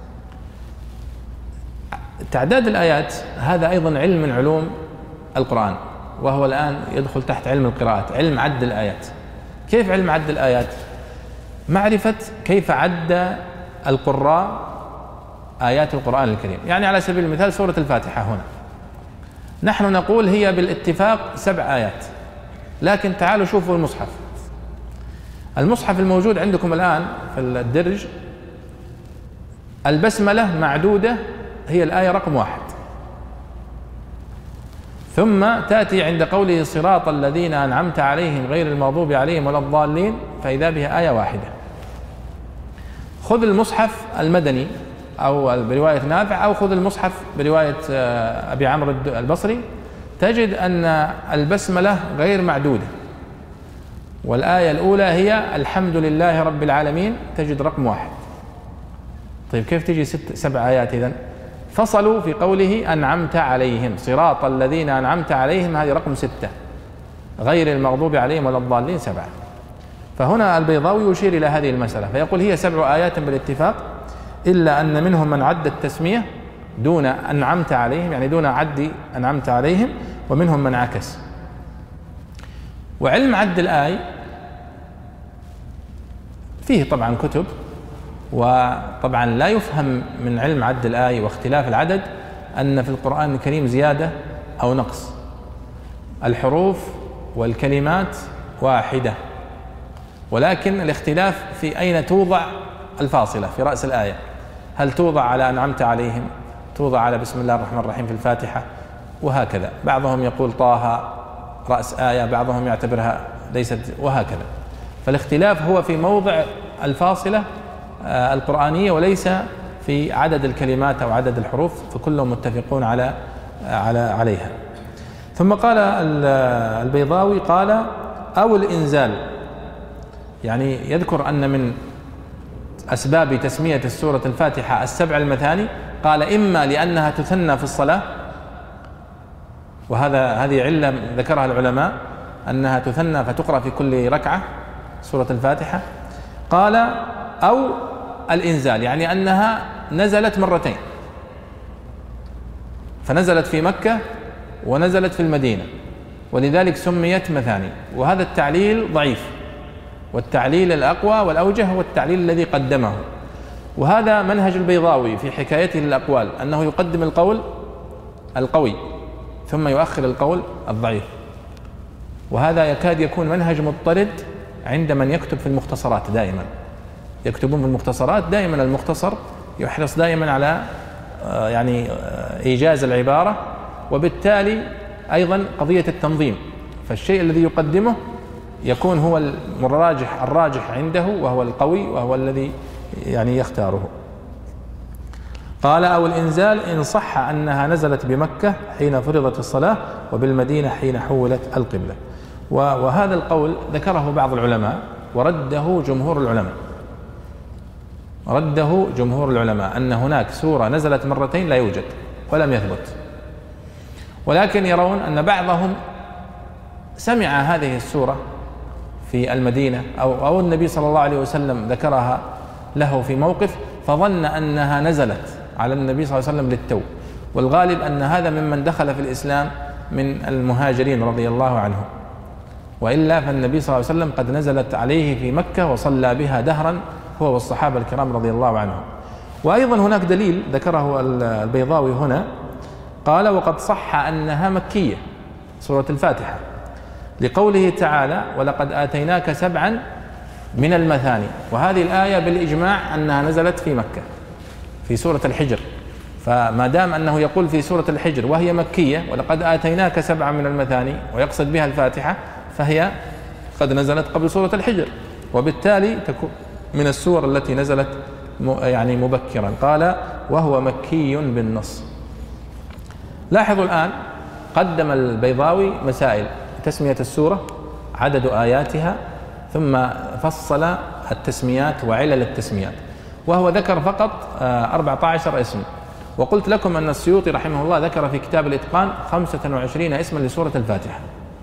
تعداد الآيات هذا أيضا علم من علوم القرآن، وهو الآن يدخل تحت علم القراءات، علم عد الآيات. كيف علم عد الآيات؟ معرفة كيف عد القراء آيات القرآن الكريم. يعني على سبيل المثال سورة الفاتحة هنا نحن نقول هي بالاتفاق سبع آيات، لكن تعالوا شوفوا المصحف المصحف الموجود عندكم الآن في الدرج، البسملة معدودة هي الآية رقم واحد، ثم تأتي عند قوله صراط الذين أنعمت عليهم غير المغضوب عليهم ولا الضالين فإذا بها آية واحدة. خذ المصحف المدني أو برواية نافع، أو خذ المصحف برواية أبي عمرو البصري، تجد أن البسملة غير معدودة، والآية الأولى هي الحمد لله رب العالمين، تجد رقم واحد. طيب كيف تجي ست سبع آيات إذن؟ فصلوا في قوله أنعمت عليهم، صراط الذين أنعمت عليهم هذه رقم ستة، غير المغضوب عليهم ولا الضالين سبعة. فهنا البيضاوي يشير إلى هذه المسألة فيقول هي سبع آيات بالاتفاق، إلا أن منهم من عد التسمية دون أنعمت عليهم، يعني دون عد أنعمت عليهم، ومنهم من عكس. وعلم عد الآي فيه طبعا كتب، وطبعا لا يفهم من علم عد الآي واختلاف العدد أن في القرآن الكريم زيادة أو نقص. الحروف والكلمات واحدة، ولكن الاختلاف في أين توضع الفاصلة في رأس الآية. هل توضع على أنعمت عليهم، توضع على بسم الله الرحمن الرحيم في الفاتحة، وهكذا. بعضهم يقول طه رأس آية، بعضهم يعتبرها ليست، وهكذا. فالاختلاف هو في موضع الفاصلة القرآنية وليس في عدد الكلمات أو عدد الحروف، فكلهم متفقون على على عليها. ثم قال البيضاوي قال أو الإنزال، يعني يذكر أن من أسباب تسمية السورة الفاتحة السبع المثاني، قال إما لأنها تثنى في الصلاة، وهذا هذه علة ذكرها العلماء أنها تثنى فتقرأ في كل ركعة سورة الفاتحة. قال أو الإنزال، يعني أنها نزلت مرتين، فنزلت في مكة ونزلت في المدينة، ولذلك سميت مثاني. وهذا التعليل ضعيف، والتعليل الأقوى والأوجه هو التعليل الذي قدمه. وهذا منهج البيضاوي في حكايته للأقوال، أنه يقدم القول القوي ثم يؤخر القول الضعيف. وهذا يكاد يكون منهج مضطرد عند من يكتب في المختصرات. دائما يكتبون في المختصرات، دائما المختصر يحرص دائما على يعني إيجاز العبارة، وبالتالي أيضا قضية التنظيم. فالشيء الذي يقدمه يكون هو الراجح الراجح عنده، وهو القوي، وهو الذي يعني يختاره. قال أو الإنزال إن صح أنها نزلت بمكة حين فرضت الصلاة، وبالمدينة حين حولت القبلة. وهذا القول ذكره بعض العلماء ورده جمهور العلماء رده جمهور العلماء أن هناك سورة نزلت مرتين لا يوجد ولم يثبت، ولكن يرون أن بعضهم سمع هذه السورة في المدينة أو, أو النبي صلى الله عليه وسلم ذكرها له في موقف، فظن أنها نزلت على النبي صلى الله عليه وسلم للتو. والغالب أن هذا ممن دخل في الإسلام من المهاجرين رضي الله عنهم، وإلا فالنبي صلى الله عليه وسلم قد نزلت عليه في مكة وصلى بها دهرا هو والصحابة الكرام رضي الله عنهم. وأيضا هناك دليل ذكره البيضاوي هنا، قال وقد صح أنها مكية سورة الفاتحة، لقوله تعالى ولقد آتيناك سبعا من المثاني. وهذه الآية بالإجماع أنها نزلت في مكة في سورة الحجر، فما دام أنه يقول في سورة الحجر وهي مكية ولقد آتيناك سبعا من المثاني ويقصد بها الفاتحة، فهي قد نزلت قبل سورة الحجر، وبالتالي تكون من السور التي نزلت يعني مبكرا. قال وهو مكي بالنص. لاحظوا الآن قدم البيضاوي مسائل: تسمية السورة، عدد آياتها، ثم فصل التسميات وعلل التسميات، وهو ذكر فقط أربعة عشر اسم. وقلت لكم أن السيوطي رحمه الله ذكر في كتاب الإتقان خمسة وعشرين اسما لسورة الفاتحة.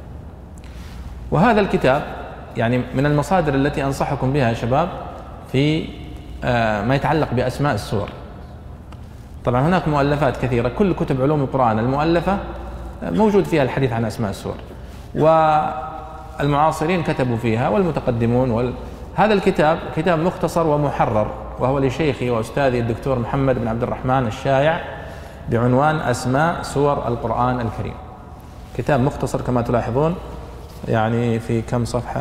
وهذا الكتاب يعني من المصادر التي أنصحكم بها يا شباب في ما يتعلق بأسماء السور. طبعا هناك مؤلفات كثيرة، كل كتب علوم القرآن المؤلفة موجود فيها الحديث عن أسماء السور، والمعاصرين كتبوا فيها والمتقدمون وال... هذا الكتاب كتاب مختصر ومحرر، وهو لشيخي وأستاذي الدكتور محمد بن عبد الرحمن الشايع، بعنوان أسماء سور القرآن الكريم. كتاب مختصر كما تلاحظون، يعني في كم صفحة؟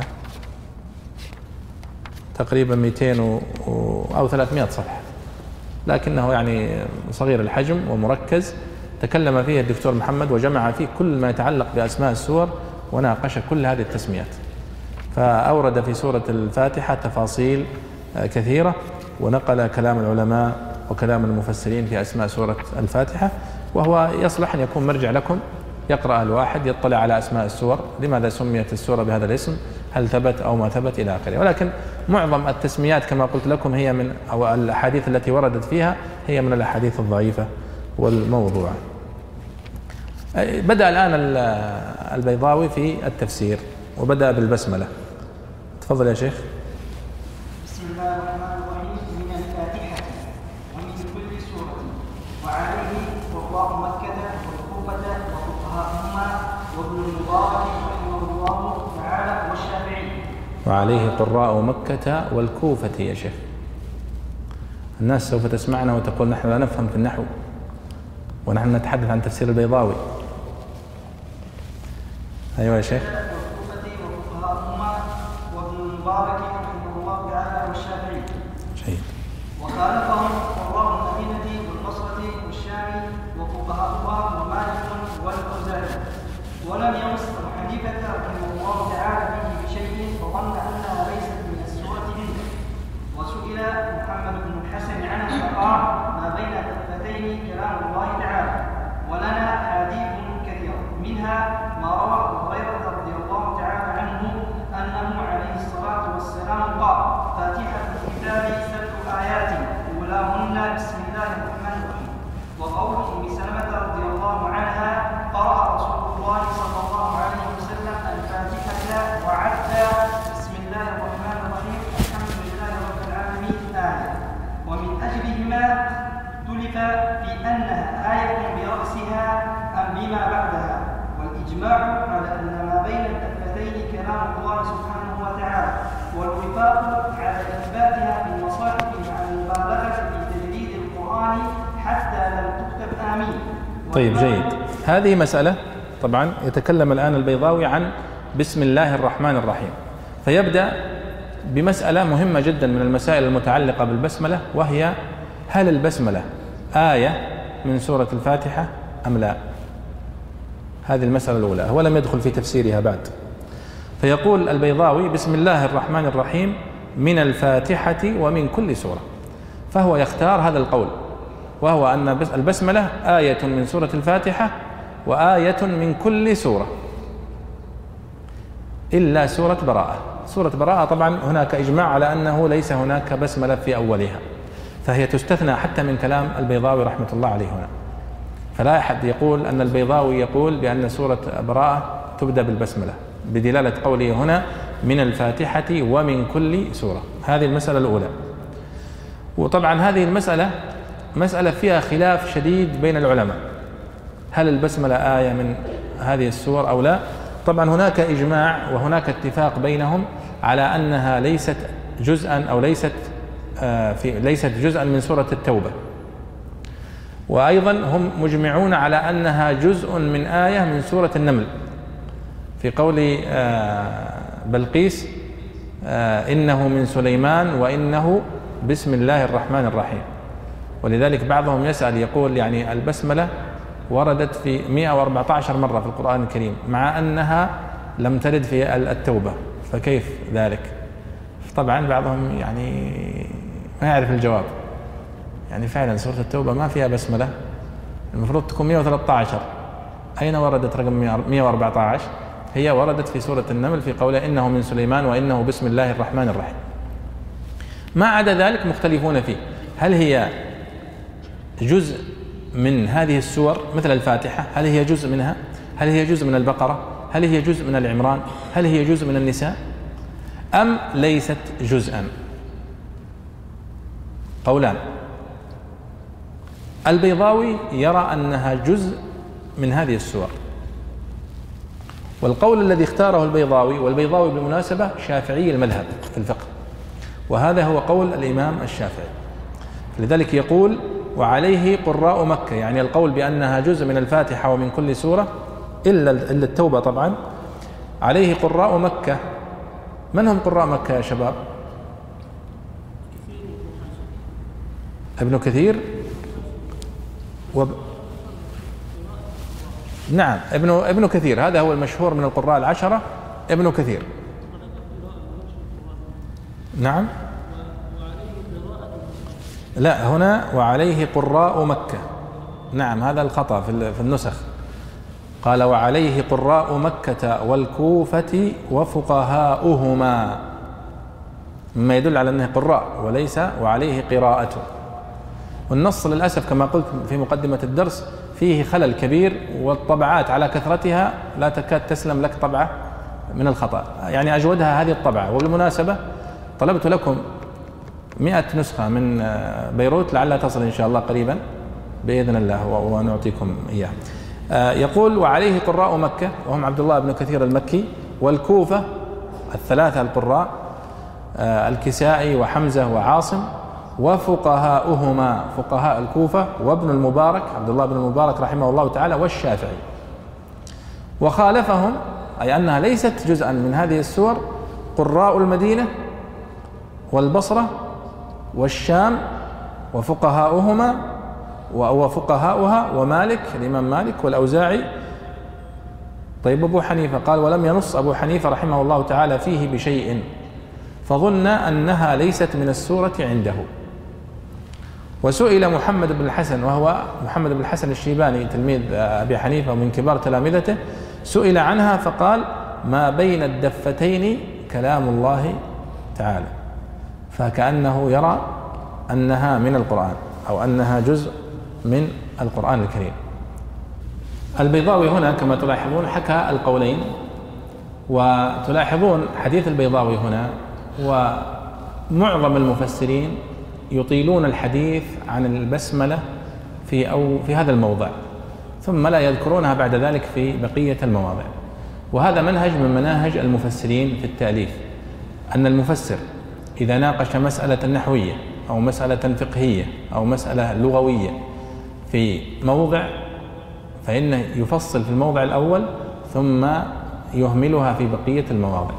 تقريبا مئتين و... أو ثلاثمائة صفحة، لكنه يعني صغير الحجم ومركز. تكلم فيه الدكتور محمد وجمع فيه كل ما يتعلق بأسماء السور وناقش كل هذه التسميات، فأورد في سورة الفاتحة تفاصيل كثيرة، ونقل كلام العلماء وكلام المفسرين في أسماء سورة الفاتحة. وهو يصلح أن يكون مرجع لكم، يقرأ الواحد يطلع على أسماء السور، لماذا سميت السورة بهذا الاسم، هل ثبت أو ما ثبت إلى آخره. ولكن معظم التسميات كما قلت لكم هي من أو الأحاديث التي وردت فيها هي من الأحاديث الضعيفة والموضوعة. بدأ الآن البيضاوي في التفسير وبدأ بالبسملة. تفضل يا شيخ. بسم الله الرحمن الرحيم. من الفاتحة ومن كل سورة، وعليه قراء مكة والكوفة وفقهاؤهما وابن المبارك رحمه الله تعالى وعليه قراء مكة والكوفة يا شيخ. الناس سوف تسمعنا وتقول نحن لا نفهم في النحو ونحن نتحدث عن تفسير البيضاوي. أيوة يا شيخ. جيد. وخالفهم قراء المدينة والبصرة والشام وفقهاؤها ومالك والأوزاعي، ولم ينص أبو حنيفة رحمه الله تعالى به بشيء وظن أنها ليست من السورة منه. وسئل محمد بن الحسن عنها فقال: ما بين الدفتين كلام الله تعالى، ولنا أحاديث كثيرة، منها ما روى أبو هريرة رضي الله تعالى عنه أنه عليه الصلاة والسلام قال: فاتحة الكتاب سبع آيات أولاهن بسم الله الرحمن الرحيم. وقول أم سلمة رضي الله عنها: قرأ رسول الله صلى الله عليه وسلم الفاتحة وعد بسم الله الرحمن الرحيم الحمد لله رب العالمين آية. ومن أجلهما اختلف في أنها آية برأسها أم بما بعدها، والإجماع على أن ما بين الدفتين كلام الله سبحانه وتعالى، والوفاق على إثباتها في المصاحف مع المبالغة في تجديد القرآن حتى لم تكتب آمين. طيب جيد. هذه مسألة طبعا يتكلم الآن البيضاوي عن بسم الله الرحمن الرحيم، فيبدأ بمسألة مهمة جدا من المسائل المتعلقة بالبسملة، وهي هل البسملة آية من سورة الفاتحة أم لا؟ هذه المسألة الأولى، هو لم يدخل في تفسيرها بعد. فيقول البيضاوي: بسم الله الرحمن الرحيم من الفاتحة ومن كل سورة. فهو يختار هذا القول، وهو أن البسملة آية من سورة الفاتحة وآية من كل سورة إلا سورة براءة. سورة براءة طبعا هناك إجماع على أنه ليس هناك بسملة في أولها، فهي تستثنى حتى من كلام البيضاوي رحمة الله عليه هنا. فلا أحد يقول أن البيضاوي يقول بأن سورة براءة تبدأ بالبسملة، بدلالة قوله هنا من الفاتحة ومن كل سورة. هذه المسألة الأولى. وطبعا هذه المسألة مسألة فيها خلاف شديد بين العلماء، هل البسملة آية من هذه السور أو لا؟ طبعا هناك إجماع وهناك اتفاق بينهم على أنها ليست جزءا أو ليست آه في ليست جزءا من سورة التوبة، وأيضا هم مجمعون على أنها جزء من آية من سورة النمل في قول آه بلقيس آه إنه من سليمان وإنه بسم الله الرحمن الرحيم. ولذلك بعضهم يسأل يقول يعني البسملة وردت في مئة وأربعة عشر مرة في القرآن الكريم مع أنها لم ترد في التوبة، فكيف ذلك؟ طبعا بعضهم يعني ما يعرف الجواب، يعني فعلا سورة التوبة ما فيها بسملة، المفروض تكون مئة وثلاثة عشر، أين وردت رقم مئة وأربعة عشر؟ هي وردت في سورة النمل في قوله إنه من سليمان وإنه بسم الله الرحمن الرحيم. ما عدا ذلك مختلفون فيه، هل هي جزء من هذه السور مثل الفاتحة؟ هل هي جزء منها؟ هل هي جزء من البقرة؟ هل هي جزء من العمران؟ هل هي جزء من النساء؟ أم ليست جزءا؟ قولان. البيضاوي يرى أنها جزء من هذه السور، والقول الذي اختاره البيضاوي، والبيضاوي بالمناسبة شافعي المذهب في الفقه، وهذا هو قول الإمام الشافعي، لذلك يقول وعليه قراء مكة، يعني القول بأنها جزء من الفاتحة ومن كل سورة إلا التوبة طبعا، عليه قراء مكة. من هم قراء مكة يا شباب؟ ابن كثير وب... نعم ابن ابن كثير، هذا هو المشهور من القراء العشرة، ابن كثير. نعم لا، هنا وعليه قراء مكة، نعم هذا الخطأ في النسخ، قال وعليه قراء مكة والكوفة وفقهاؤهما، مما يدل على أنه قراء وليس وعليه قراءته. والنص للأسف كما قلت في مقدمة الدرس فيه خلل كبير، والطبعات على كثرتها لا تكاد تسلم لك طبعة من الخطأ، يعني أجودها هذه الطبعة. وبالمناسبة طلبت لكم مئة نسخة من بيروت، لعلها تصل إن شاء الله قريبا بإذن الله ونعطيكم إياه. يقول وعليه قراء مكة وهم عبد الله بن كثير المكي والكوفة الثلاثة القراء الكسائي وحمزة وعاصم، وفقهاؤهما فقهاء الكوفة وابن المبارك عبد الله بن المبارك رحمه الله تعالى والشافعي. وخالفهم أي أنها ليست جزءا من هذه السور قراء المدينة والبصرة والشام وفقهاؤهما وفقهاؤها ومالك الإمام مالك والأوزاعي. طيب أبو حنيفة قال ولم ينص أبو حنيفة رحمه الله تعالى فيه بشيء، فظن أنها ليست من السورة عنده. وسئل محمد بن الحسن، وهو محمد بن الحسن الشيباني تلميذ أبي حنيفة ومن كبار تلامذته، سئل عنها فقال ما بين الدفتين كلام الله تعالى، فكأنه يرى أنها من القرآن أو أنها جزء من القرآن الكريم. البيضاوي هنا كما تلاحظون حكى القولين، وتلاحظون حديث البيضاوي هنا ومعظم المفسرين يطيلون الحديث عن البسملة في أو في هذا الموضع، ثم لا يذكرونها بعد ذلك في بقية المواضع. وهذا منهج من مناهج المفسرين في التأليف، أن المفسر إذا ناقش مسألة نحوية أو مسألة فقهية أو مسألة لغوية في موضع فإنه يفصل في الموضع الأول ثم يهملها في بقية المواضع،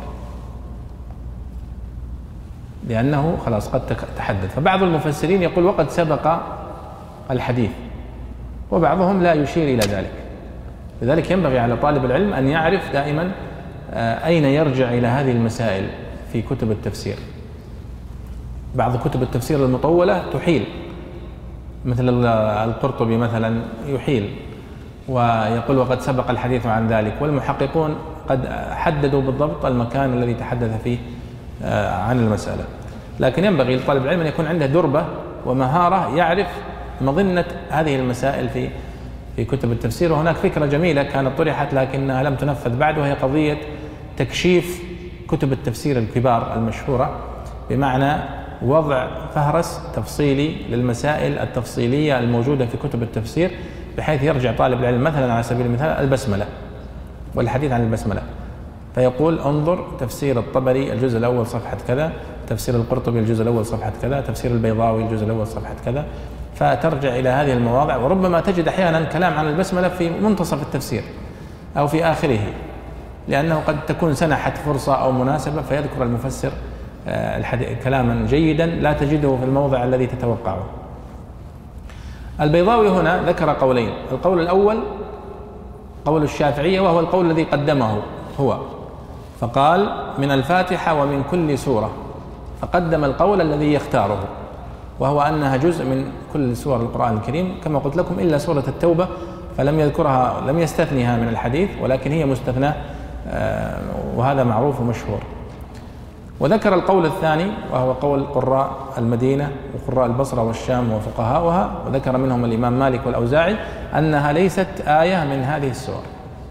لأنه خلاص قد تحدث. فبعض المفسرين يقول وقد سبق الحديث، وبعضهم لا يشير إلى ذلك. لذلك ينبغي على طالب العلم أن يعرف دائما أين يرجع إلى هذه المسائل في كتب التفسير. بعض كتب التفسير المطولة تحيل، مثل القرطبي مثلا يحيل ويقول وقد سبق الحديث عن ذلك، والمحققون قد حددوا بالضبط المكان الذي تحدث فيه عن المسألة. لكن ينبغي لطالب العلم أن يكون عنده دربة ومهارة يعرف مظنة هذه المسائل في في كتب التفسير. وهناك فكرة جميلة كانت طرحت لكنها لم تنفذ بعد، وهي قضية تكشيف كتب التفسير الكبار المشهورة، بمعنى وضع فهرس تفصيلي للمسائل التفصيلية الموجودة في كتب التفسير، بحيث يرجع طالب العلم مثلا على سبيل المثال البسملة والحديث عن البسملة، فيقول انظر تفسير الطبري الجزء الأول صفحة كذا، تفسير القرطبي الجزء الأول صفحة كذا، تفسير البيضاوي الجزء الأول صفحة كذا، فترجع إلى هذه المواضع. وربما تجد أحيانا كلام عن البسملة في منتصف التفسير أو في آخره، لأنه قد تكون سنحت فرصة أو مناسبة فيذكر المفسر كلاما جيدا لا تجده في الموضع الذي تتوقعه. البيضاوي هنا ذكر قولين، القول الأول قول الشافعية وهو القول الذي قدمه هو، فقال من الفاتحة ومن كل سورة، فقدم القول الذي يختاره وهو أنها جزء من كل سور القرآن الكريم كما قلت لكم، إلا سورة التوبة فلم يذكرها، لم يستثنيها من الحديث، ولكن هي مستثناة وهذا معروف ومشهور. وذكر القول الثاني وهو قول قراء المدينة وقراء البصرة والشام وفقهاؤها، وذكر منهم الإمام مالك والأوزاعي أنها ليست آية من هذه السور.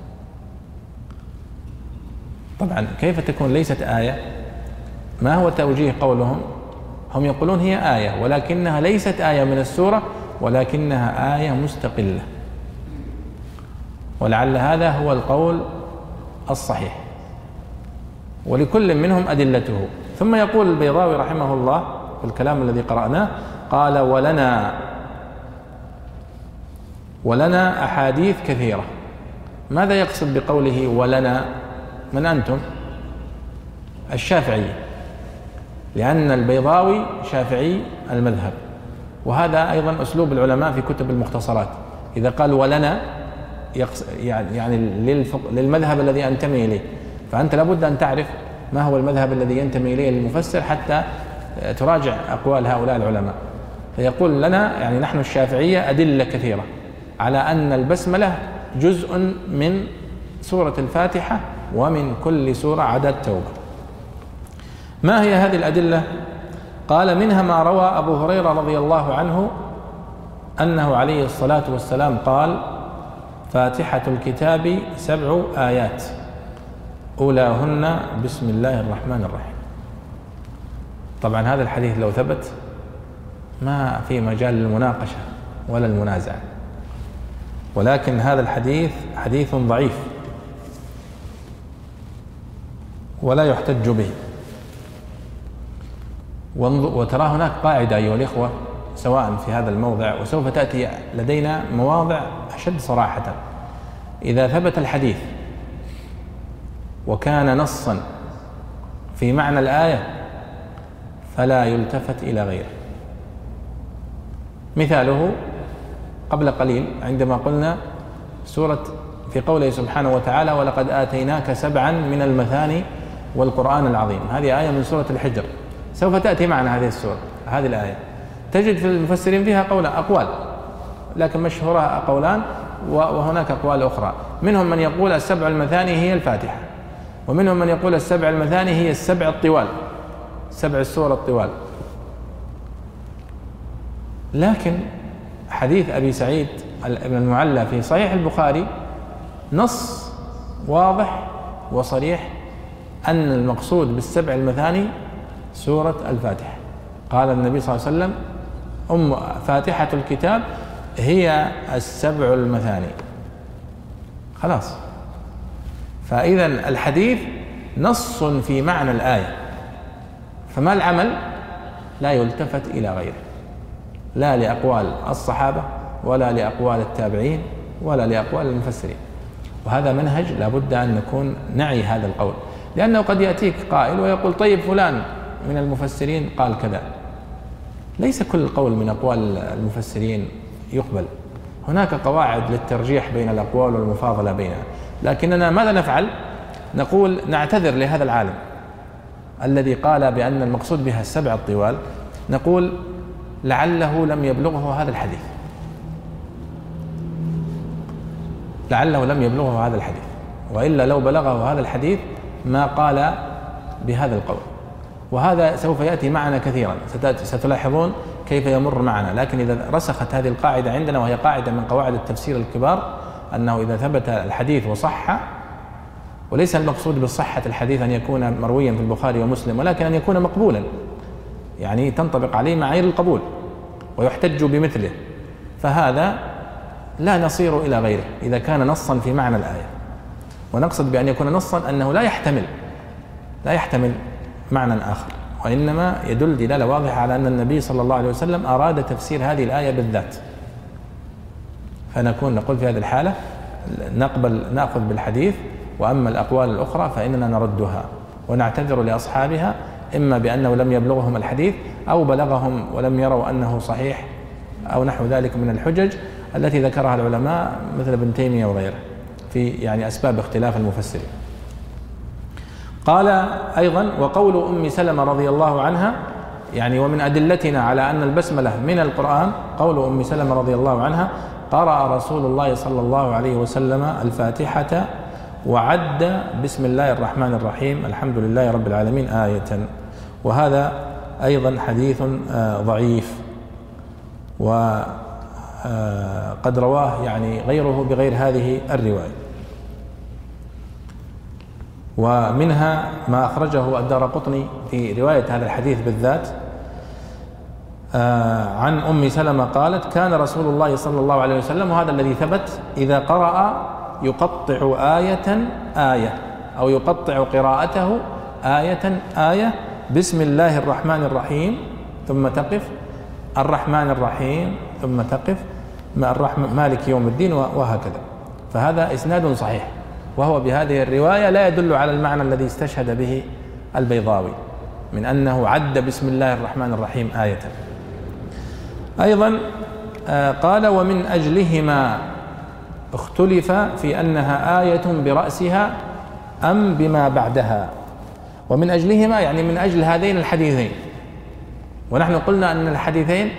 طبعا كيف تكون ليست آية؟ ما هو توجيه قولهم؟ هم يقولون هي آية ولكنها ليست آية من السورة، ولكنها آية مستقلة، ولعل هذا هو القول الصحيح، ولكل منهم أدلته. ثم يقول البيضاوي رحمه الله في الكلام الذي قرأناه، قال ولنا ولنا أحاديث كثيرة. ماذا يقصد بقوله ولنا؟ من أنتم؟ الشافعي، لأن البيضاوي شافعي المذهب، وهذا أيضا أسلوب العلماء في كتب المختصرات، إذا قال ولنا يعني للمذهب الذي أنتمي إليه، فأنت لابد أن تعرف ما هو المذهب الذي ينتمي إليه المفسر حتى تراجع أقوال هؤلاء العلماء. فيقول لنا يعني نحن الشافعية أدلة كثيرة على أن البسملة جزء من سورة الفاتحة ومن كل سورة عدا التوبة. ما هي هذه الأدلة؟ قال منها ما روى أبو هريرة رضي الله عنه أنه عليه الصلاة والسلام قال فاتحة الكتاب سبع آيات أولاهن بسم الله الرحمن الرحيم. طبعا هذا الحديث لو ثبت ما في مجال للمناقشة ولا المنازعة، ولكن هذا الحديث حديث ضعيف، ولا يحتج به. وترى هناك قاعدة أيها الإخوة سواء في هذا الموضع وسوف تأتي لدينا مواضع أشد صراحة. إذا ثبت الحديث وكان نصا في معنى الآية فلا يلتفت إلى غيره. مثاله قبل قليل عندما قلنا سورة في قوله سبحانه وتعالى ولقد آتيناك سبعا من المثاني والقرآن العظيم، هذه آية من سورة الحجر، سوف تأتي معنا هذه السورة هذه الآية، تجد في المفسرين فيها قولا أقوال لكن مشهورها قولان وهناك أقوال أخرى، منهم من يقول السبع المثاني هي الفاتحة، ومنهم من يقول السبع المثاني هي السبع الطوال، سبع السور الطوال. لكن حديث أبي سعيد بن المعلى في صحيح البخاري نص واضح وصريح أن المقصود بالسبع المثاني سورة الفاتحة. قال النبي صلى الله عليه وسلم أم فاتحة الكتاب هي السبع المثاني. خلاص، فإذا الحديث نص في معنى الآية، فما العمل؟ لا يلتفت إلى غيره، لا لأقوال الصحابة ولا لأقوال التابعين ولا لأقوال المفسرين. وهذا منهج لابد أن نكون نعي هذا القول، لأنه قد يأتيك قائل ويقول طيب فلان من المفسرين قال كذا. ليس كل قول من أقوال المفسرين يقبل، هناك قواعد للترجيح بين الأقوال والمفاضلة بينها، لكننا ماذا نفعل؟ نقول نعتذر لهذا العالم الذي قال بأن المقصود بها السبع الطوال، نقول لعله لم يبلغه هذا الحديث، لعله لم يبلغه هذا الحديث، وإلا لو بلغه هذا الحديث ما قال بهذا القول. وهذا سوف يأتي معنا كثيرا، ستلاحظون كيف يمر معنا. لكن إذا رسخت هذه القاعدة عندنا، وهي قاعدة من قواعد التفسير الكبار، أنه إذا ثبت الحديث وصح، وليس المقصود بالصحة الحديث أن يكون مرويا في البخاري ومسلم، ولكن أن يكون مقبولا، يعني تنطبق عليه معايير القبول ويحتج بمثله، فهذا لا نصير إلى غيره إذا كان نصا في معنى الآية. ونقصد بأن يكون نصا أنه لا يحتمل لا يحتمل معنى آخر، وإنما يدل دلالة واضحة على أن النبي صلى الله عليه وسلم أراد تفسير هذه الآية بالذات. فنكون نقول في هذه الحالة نقبل نأخذ بالحديث، وأما الأقوال الأخرى فإننا نردها ونعتذر لأصحابها، إما بأنه لم يبلغهم الحديث أو بلغهم ولم يروا أنه صحيح أو نحو ذلك من الحجج التي ذكرها العلماء مثل ابن تيمية وغيره في يعني أسباب اختلاف المفسرين. قال أيضا وقول أم سلمة رضي الله عنها، يعني ومن أدلتنا على أن البسملة من القرآن قول أم سلمة رضي الله عنها قرأ رسول الله صلى الله عليه وسلم الفاتحة وعد بسم الله الرحمن الرحيم الحمد لله رب العالمين آية. وهذا أيضا حديث ضعيف، وقد رواه يعني غيره بغير هذه الرواية. ومنها ما أخرجه الدارقطني في رواية هذا الحديث بالذات عن أم سلمة قالت كان رسول الله صلى الله عليه وسلم، وهذا الذي ثبت، إذا قرأ يقطع آية آية أو يقطع قراءته آية آية بسم الله الرحمن الرحيم ثم تقف، الرحمن الرحيم ثم تقف، مالك يوم الدين، وهكذا. فهذا إسناد صحيح، وهو بهذه الرواية لا يدل على المعنى الذي استشهد به البيضاوي من أنه عد بسم الله الرحمن الرحيم آية. أيضا قال ومن أجلهما اختلف في أنها آية برأسها أم بما بعدها. ومن أجلهما يعني من أجل هذين الحديثين، ونحن قلنا أن الحديثين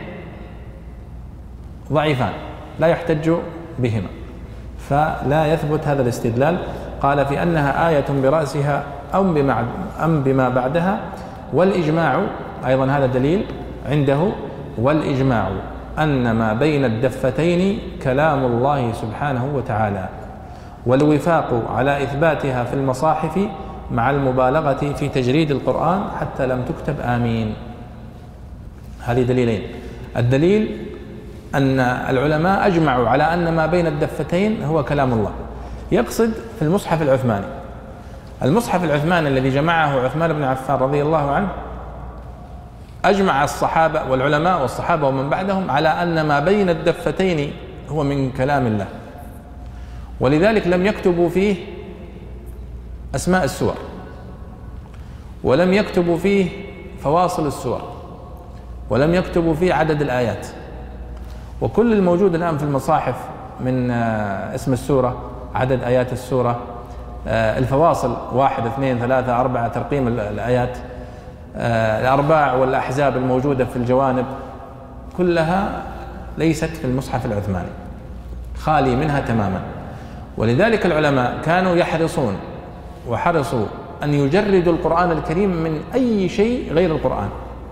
ضعيفان لا يحتج بهما، فلا يثبت هذا الاستدلال. قال في أنها آية برأسها أم بما أم بما بعدها، والإجماع أيضا هذا دليل عنده، والإجماع أن ما بين الدفتين كلام الله سبحانه وتعالى، والوفاق على إثباتها في المصاحف مع المبالغة في تجريد القرآن حتى لم تكتب آمين. هذه دليلين. الدليل أن العلماء أجمعوا على أن ما بين الدفتين هو كلام الله، يقصد في المصحف العثماني، المصحف العثماني الذي جمعه عثمان بن عفان رضي الله عنه أجمع الصحابة والعلماء والصحابة ومن بعدهم على أن ما بين الدفتين هو من كلام الله، ولذلك لم يكتبوا فيه أسماء السور، ولم يكتبوا فيه فواصل السور، ولم يكتبوا فيه عدد الآيات. وكل الموجود الآن في المصاحف من اسم السورة، عدد آيات السورة، الفواصل واحد اثنين ثلاثة أربعة، ترقيم الآيات، الأرباع والأحزاب الموجودة في الجوانب، كلها ليست في المصحف العثماني، خالي منها تماما. ولذلك العلماء كانوا يحرصون وحرصوا أن يجردوا القرآن الكريم من أي شيء غير القرآن،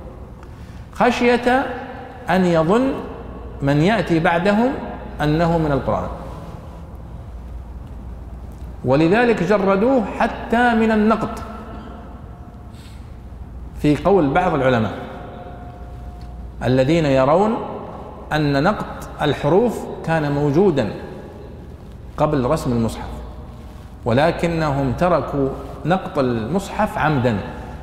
خشية أن يظن من يأتي بعدهم أنه من القرآن، ولذلك جردوه حتى من النقط. في قول بعض العلماء الذين يرون أن نقط الحروف كان موجودا قبل رسم المصحف، ولكنهم تركوا نقط المصحف عمدا.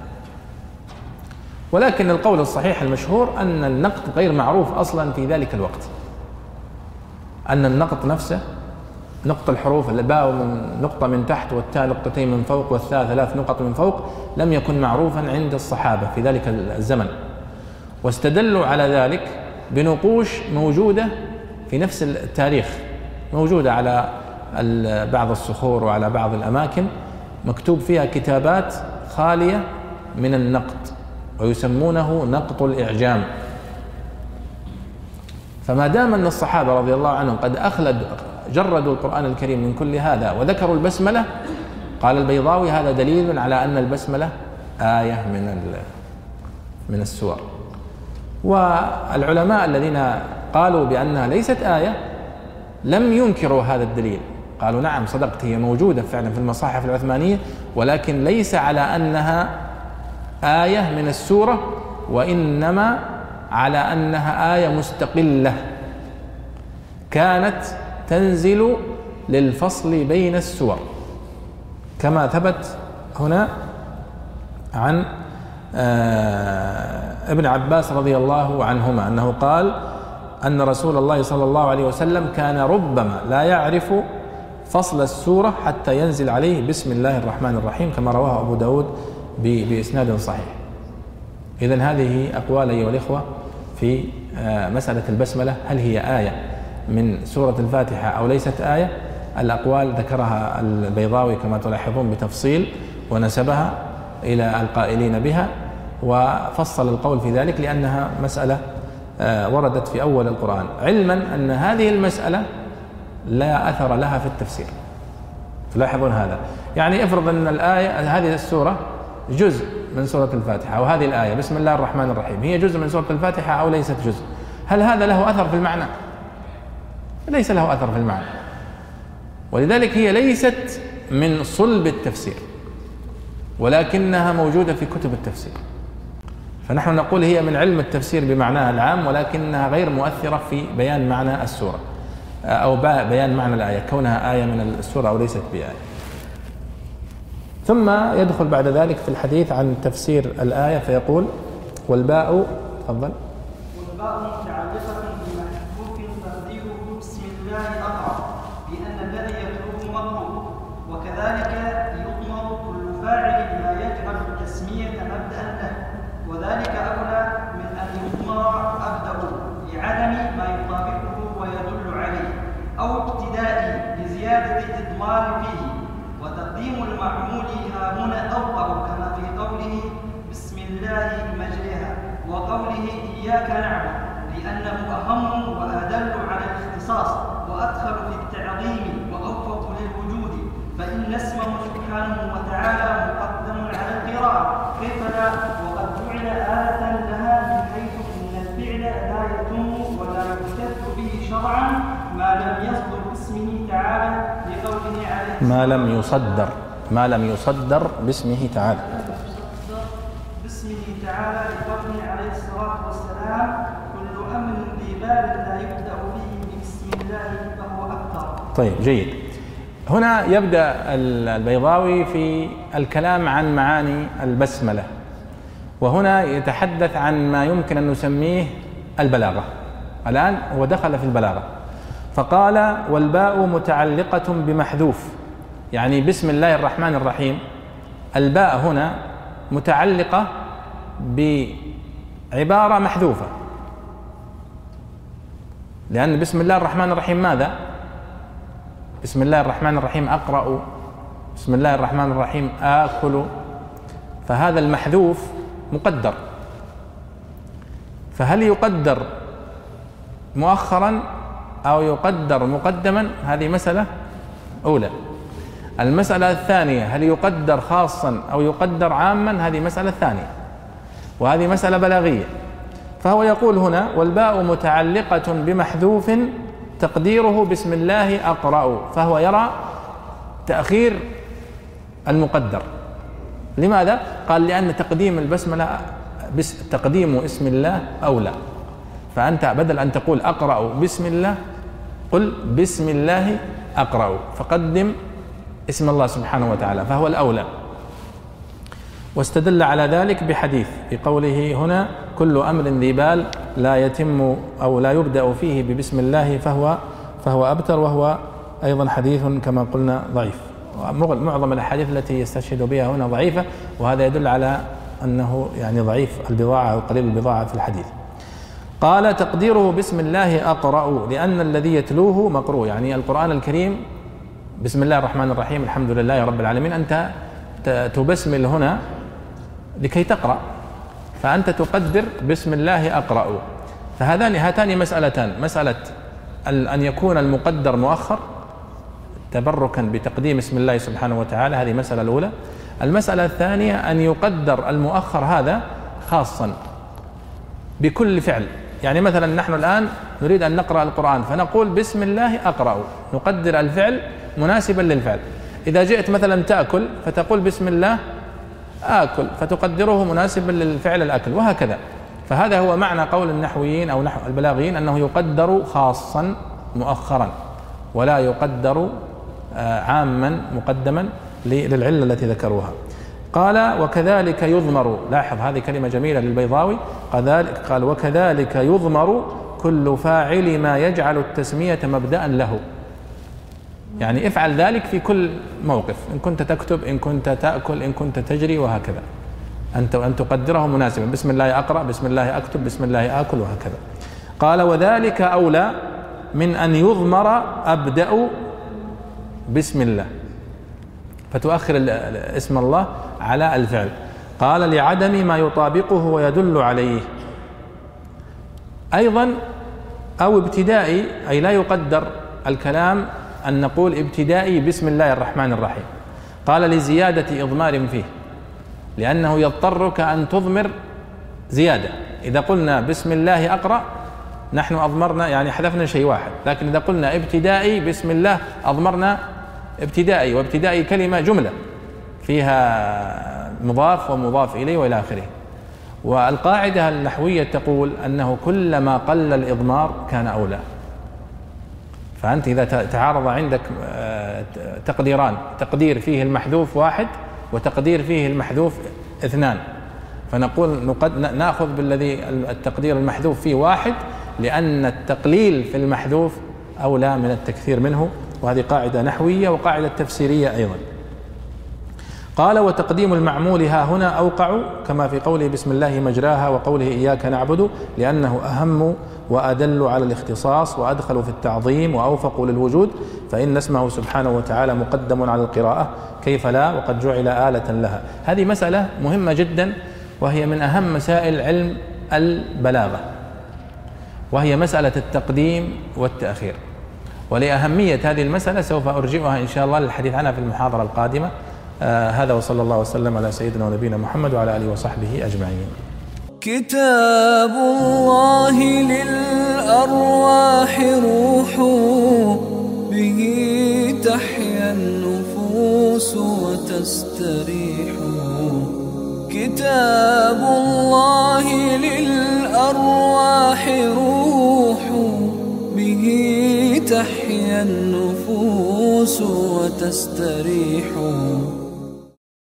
ولكن القول الصحيح المشهور أن النقط غير معروف أصلا في ذلك الوقت، أن النقط نفسه نقط الحروف، الباء من نقطة من تحت والتاء نقطتين من فوق والثاء ثلاث نقط من فوق، لم يكن معروفا عند الصحابة في ذلك الزمن. واستدلوا على ذلك بنقوش موجودة في نفس التاريخ، موجودة على بعض الصخور وعلى بعض الأماكن، مكتوب فيها كتابات خالية من النقط، ويسمونه نقط الإعجام. فما دام أن الصحابة رضي الله عنهم قد أخلد جردوا القرآن الكريم من كل هذا وذكروا البسملة، قال البيضاوي هذا دليل على أن البسملة آية من من السور. والعلماء الذين قالوا بأنها ليست آية لم ينكروا هذا الدليل، قالوا نعم صدقت، هي موجودة فعلا في المصاحف العثمانية، ولكن ليس على أنها آية من السورة، وإنما على أنها آية مستقلة كانت تنزل للفصل بين السور، كما ثبت هنا عن ابن عباس رضي الله عنهما أنه قال أن رسول الله صلى الله عليه وسلم كان ربما لا يعرف فصل السورة حتى ينزل عليه بسم الله الرحمن الرحيم، كما رواه أبو داود بإسناد صحيح. إذن هذه أقوال أيها الإخوة في مسألة البسملة، هل هي آية من سورة الفاتحة أو ليست آية؟ الأقوال ذكرها البيضاوي كما تلاحظون بتفصيل، ونسبها إلى القائلين بها، وفصل القول في ذلك لأنها مسألة وردت في أول القرآن، علما أن هذه المسألة لا أثر لها في التفسير. تلاحظون هذا، يعني افرض أن الآية هذه السورة جزء من سورة الفاتحة، أو هذه الآية بسم الله الرحمن الرحيم هي جزء من سورة الفاتحة أو ليست جزء، هل هذا له أثر في المعنى؟ ليس له أثر في المعنى، ولذلك هي ليست من صلب التفسير، ولكنها موجودة في كتب التفسير. فنحن نقول هي من علم التفسير بمعناها العام، ولكنها غير مؤثرة في بيان معنى السورة أو بيان معنى الآية، كونها آية من السورة أو ليست بآية. ثم يدخل بعد ذلك في الحديث عن تفسير الآية فيقول والباء، تفضل. والباء متعلقة بمحذوف تقديره بسم الله أقرأ، لأن الذي يتلوه مقروء، وكذلك يضمر كل فاعل ما يجعل التسمية مبدأ له، وذلك أولى من أن يضمر أبدأ لعدم ما يطابقه ويدل عليه، أو ابتداء لزيادة الإضمار فيه، وتقديم المعمول ها هنا أوقع كما في قوله بسم الله مجرها، وقوله إياك نعبد، لأنه أهم وأدل على الاختصاص وأدخل في التعظيم وأوفق للوجود، فإن اسمه سبحانه وتعالى مقدم على القراءة، كيف لا وقد جعل آلة لها من حيث إن الفعل لا يتم ولا يحتج به شرعا ما لم يصدر باسمه تعالى، لقوله عليه ما لم يصدر ما لم يصدر باسمه تعالى باسمه تعالى لقوله عليه الصلاة والسلام كل أمر ذي بال لا يبدأ به بسم الله فهو أكثر. طيب جيد. هنا يبدأ البيضاوي في الكلام عن معاني البسملة، وهنا يتحدث عن ما يمكن أن نسميه البلاغة. الآن هو دخل في البلاغة فقال: والباء متعلقة بمحذوف، يعني بسم الله الرحمن الرحيم، الباء هنا متعلقة بعبارة محذوفة، لأن بسم الله الرحمن الرحيم ماذا؟ بسم الله الرحمن الرحيم أقرأ، بسم الله الرحمن الرحيم آكل، فهذا المحذوف مقدر، فهل يقدر مؤخرا أو يقدر مقدما؟ هذه مسألة أولى. المسألة الثانية: هل يقدر خاصا أو يقدر عاما؟ هذه مسألة ثانية، وهذه مسألة بلاغية. فهو يقول هنا: والباء متعلقة بمحذوف تقديره بسم الله أقرأ، فهو يرى تأخير المقدر. لماذا؟ قال: لأن تقديم البسملة بس تقديم اسم الله أولى، فأنت بدل أن تقول أقرأ بسم الله قل بسم الله أقرأ، فقدم اسم الله سبحانه وتعالى، فهو الأولى. واستدل على ذلك بحديث في قوله هنا: كل أمر ذي بال لا يتم أو لا يبدأ فيه ببسم الله فهو فهو أبتر، وهو أيضا حديث كما قلنا ضعيف. معظم الأحاديث التي يستشهد بها هنا ضعيفة، وهذا يدل على أنه يعني ضعيف البضاعة أو قليل البضاعة في الحديث. قال: تقديره بسم الله أقرأ لأن الذي يتلوه مقروء، يعني القرآن الكريم بسم الله الرحمن الرحيم الحمد لله رب العالمين، أنت تبسمل هنا لكي تقرأ، فأنت تقدر بسم الله أقرأ. فهذان هاتان مسألتان: مسألة أن يكون المقدر مؤخر تبركا بتقديم اسم الله سبحانه وتعالى، هذه المسألة الأولى. المسألة الثانية أن يقدر المؤخر هذا خاصا بكل فعل، يعني مثلا نحن الآن نريد أن نقرأ القرآن فنقول بسم الله أقرأ، نقدر الفعل مناسبا للفعل. إذا جئت مثلا تأكل فتقول بسم الله آكل، فتقدره مناسبا للفعل الأكل، وهكذا. فهذا هو معنى قول النحويين أو نحو البلاغيين أنه يقدر خاصا مؤخرا ولا يقدر عاما مقدما للعلة التي ذكروها. قال: وكذلك يضمر، لاحظ هذه كلمة جميلة للبيضاوي، قال: وكذلك يضمر كل فاعل ما يجعل التسمية مبدأ له، يعني افعل ذلك في كل موقف، إن كنت تكتب، إن كنت تأكل، إن كنت تجري، وهكذا، أنت أن تقدره مناسبا، بسم الله أقرأ، بسم الله أكتب، بسم الله آكل، وهكذا. قال: وذلك أولى من أن يضمر أبدأ بسم الله، فتؤخر اسم الله على الفعل. قال: لعدم ما يطابقه ويدل عليه. أيضا أو ابتدائي، أي لا يقدر الكلام أن نقول ابتدائي بسم الله الرحمن الرحيم. قال: لزيادة إضمار فيه، لأنه يضطرك أن تضمر زيادة. إذا قلنا بسم الله أقرأ نحن أضمرنا، يعني حذفنا شيء واحد، لكن إذا قلنا ابتدائي بسم الله أضمرنا ابتدائي، وابتدائي كلمة جملة فيها مضاف ومضاف إليه وإلى آخره. والقاعدة النحوية تقول أنه كلما قل الإضمار كان أولى. فأنت إذا تعارض عندك تقديران، تقدير فيه المحذوف واحد وتقدير فيه المحذوف اثنان، فنقول نأخذ بالذي التقدير المحذوف فيه واحد، لأن التقليل في المحذوف أولى من التكثير منه، وهذه قاعدة نحوية وقاعدة تفسيرية أيضا. قال: وتقديم المعمول ها هنا أوقع، كما في قوله بسم الله مجراها وقوله إياك نعبد، لأنه أهم وأدل على الاختصاص وأدخل في التعظيم وأوفق للوجود، فإن اسمه سبحانه وتعالى مقدم على القراءة كيف لا، وقد جعل آلة لها. هذه مسألة مهمة جدا، وهي من أهم مسائل علم البلاغة، وهي مسألة التقديم والتأخير. ولأهمية هذه المسألة سوف أرجئها إن شاء الله للحديث عنها في المحاضرة القادمة. آه هذا وصلى الله وسلم على سيدنا ونبينا محمد وعلى آله وصحبه أجمعين. كتاب الله للأرواح روح، به تحيا النفوس وتستريح. كتاب الله للأرواح روح، به تحيا النفوس النفوس وتستريح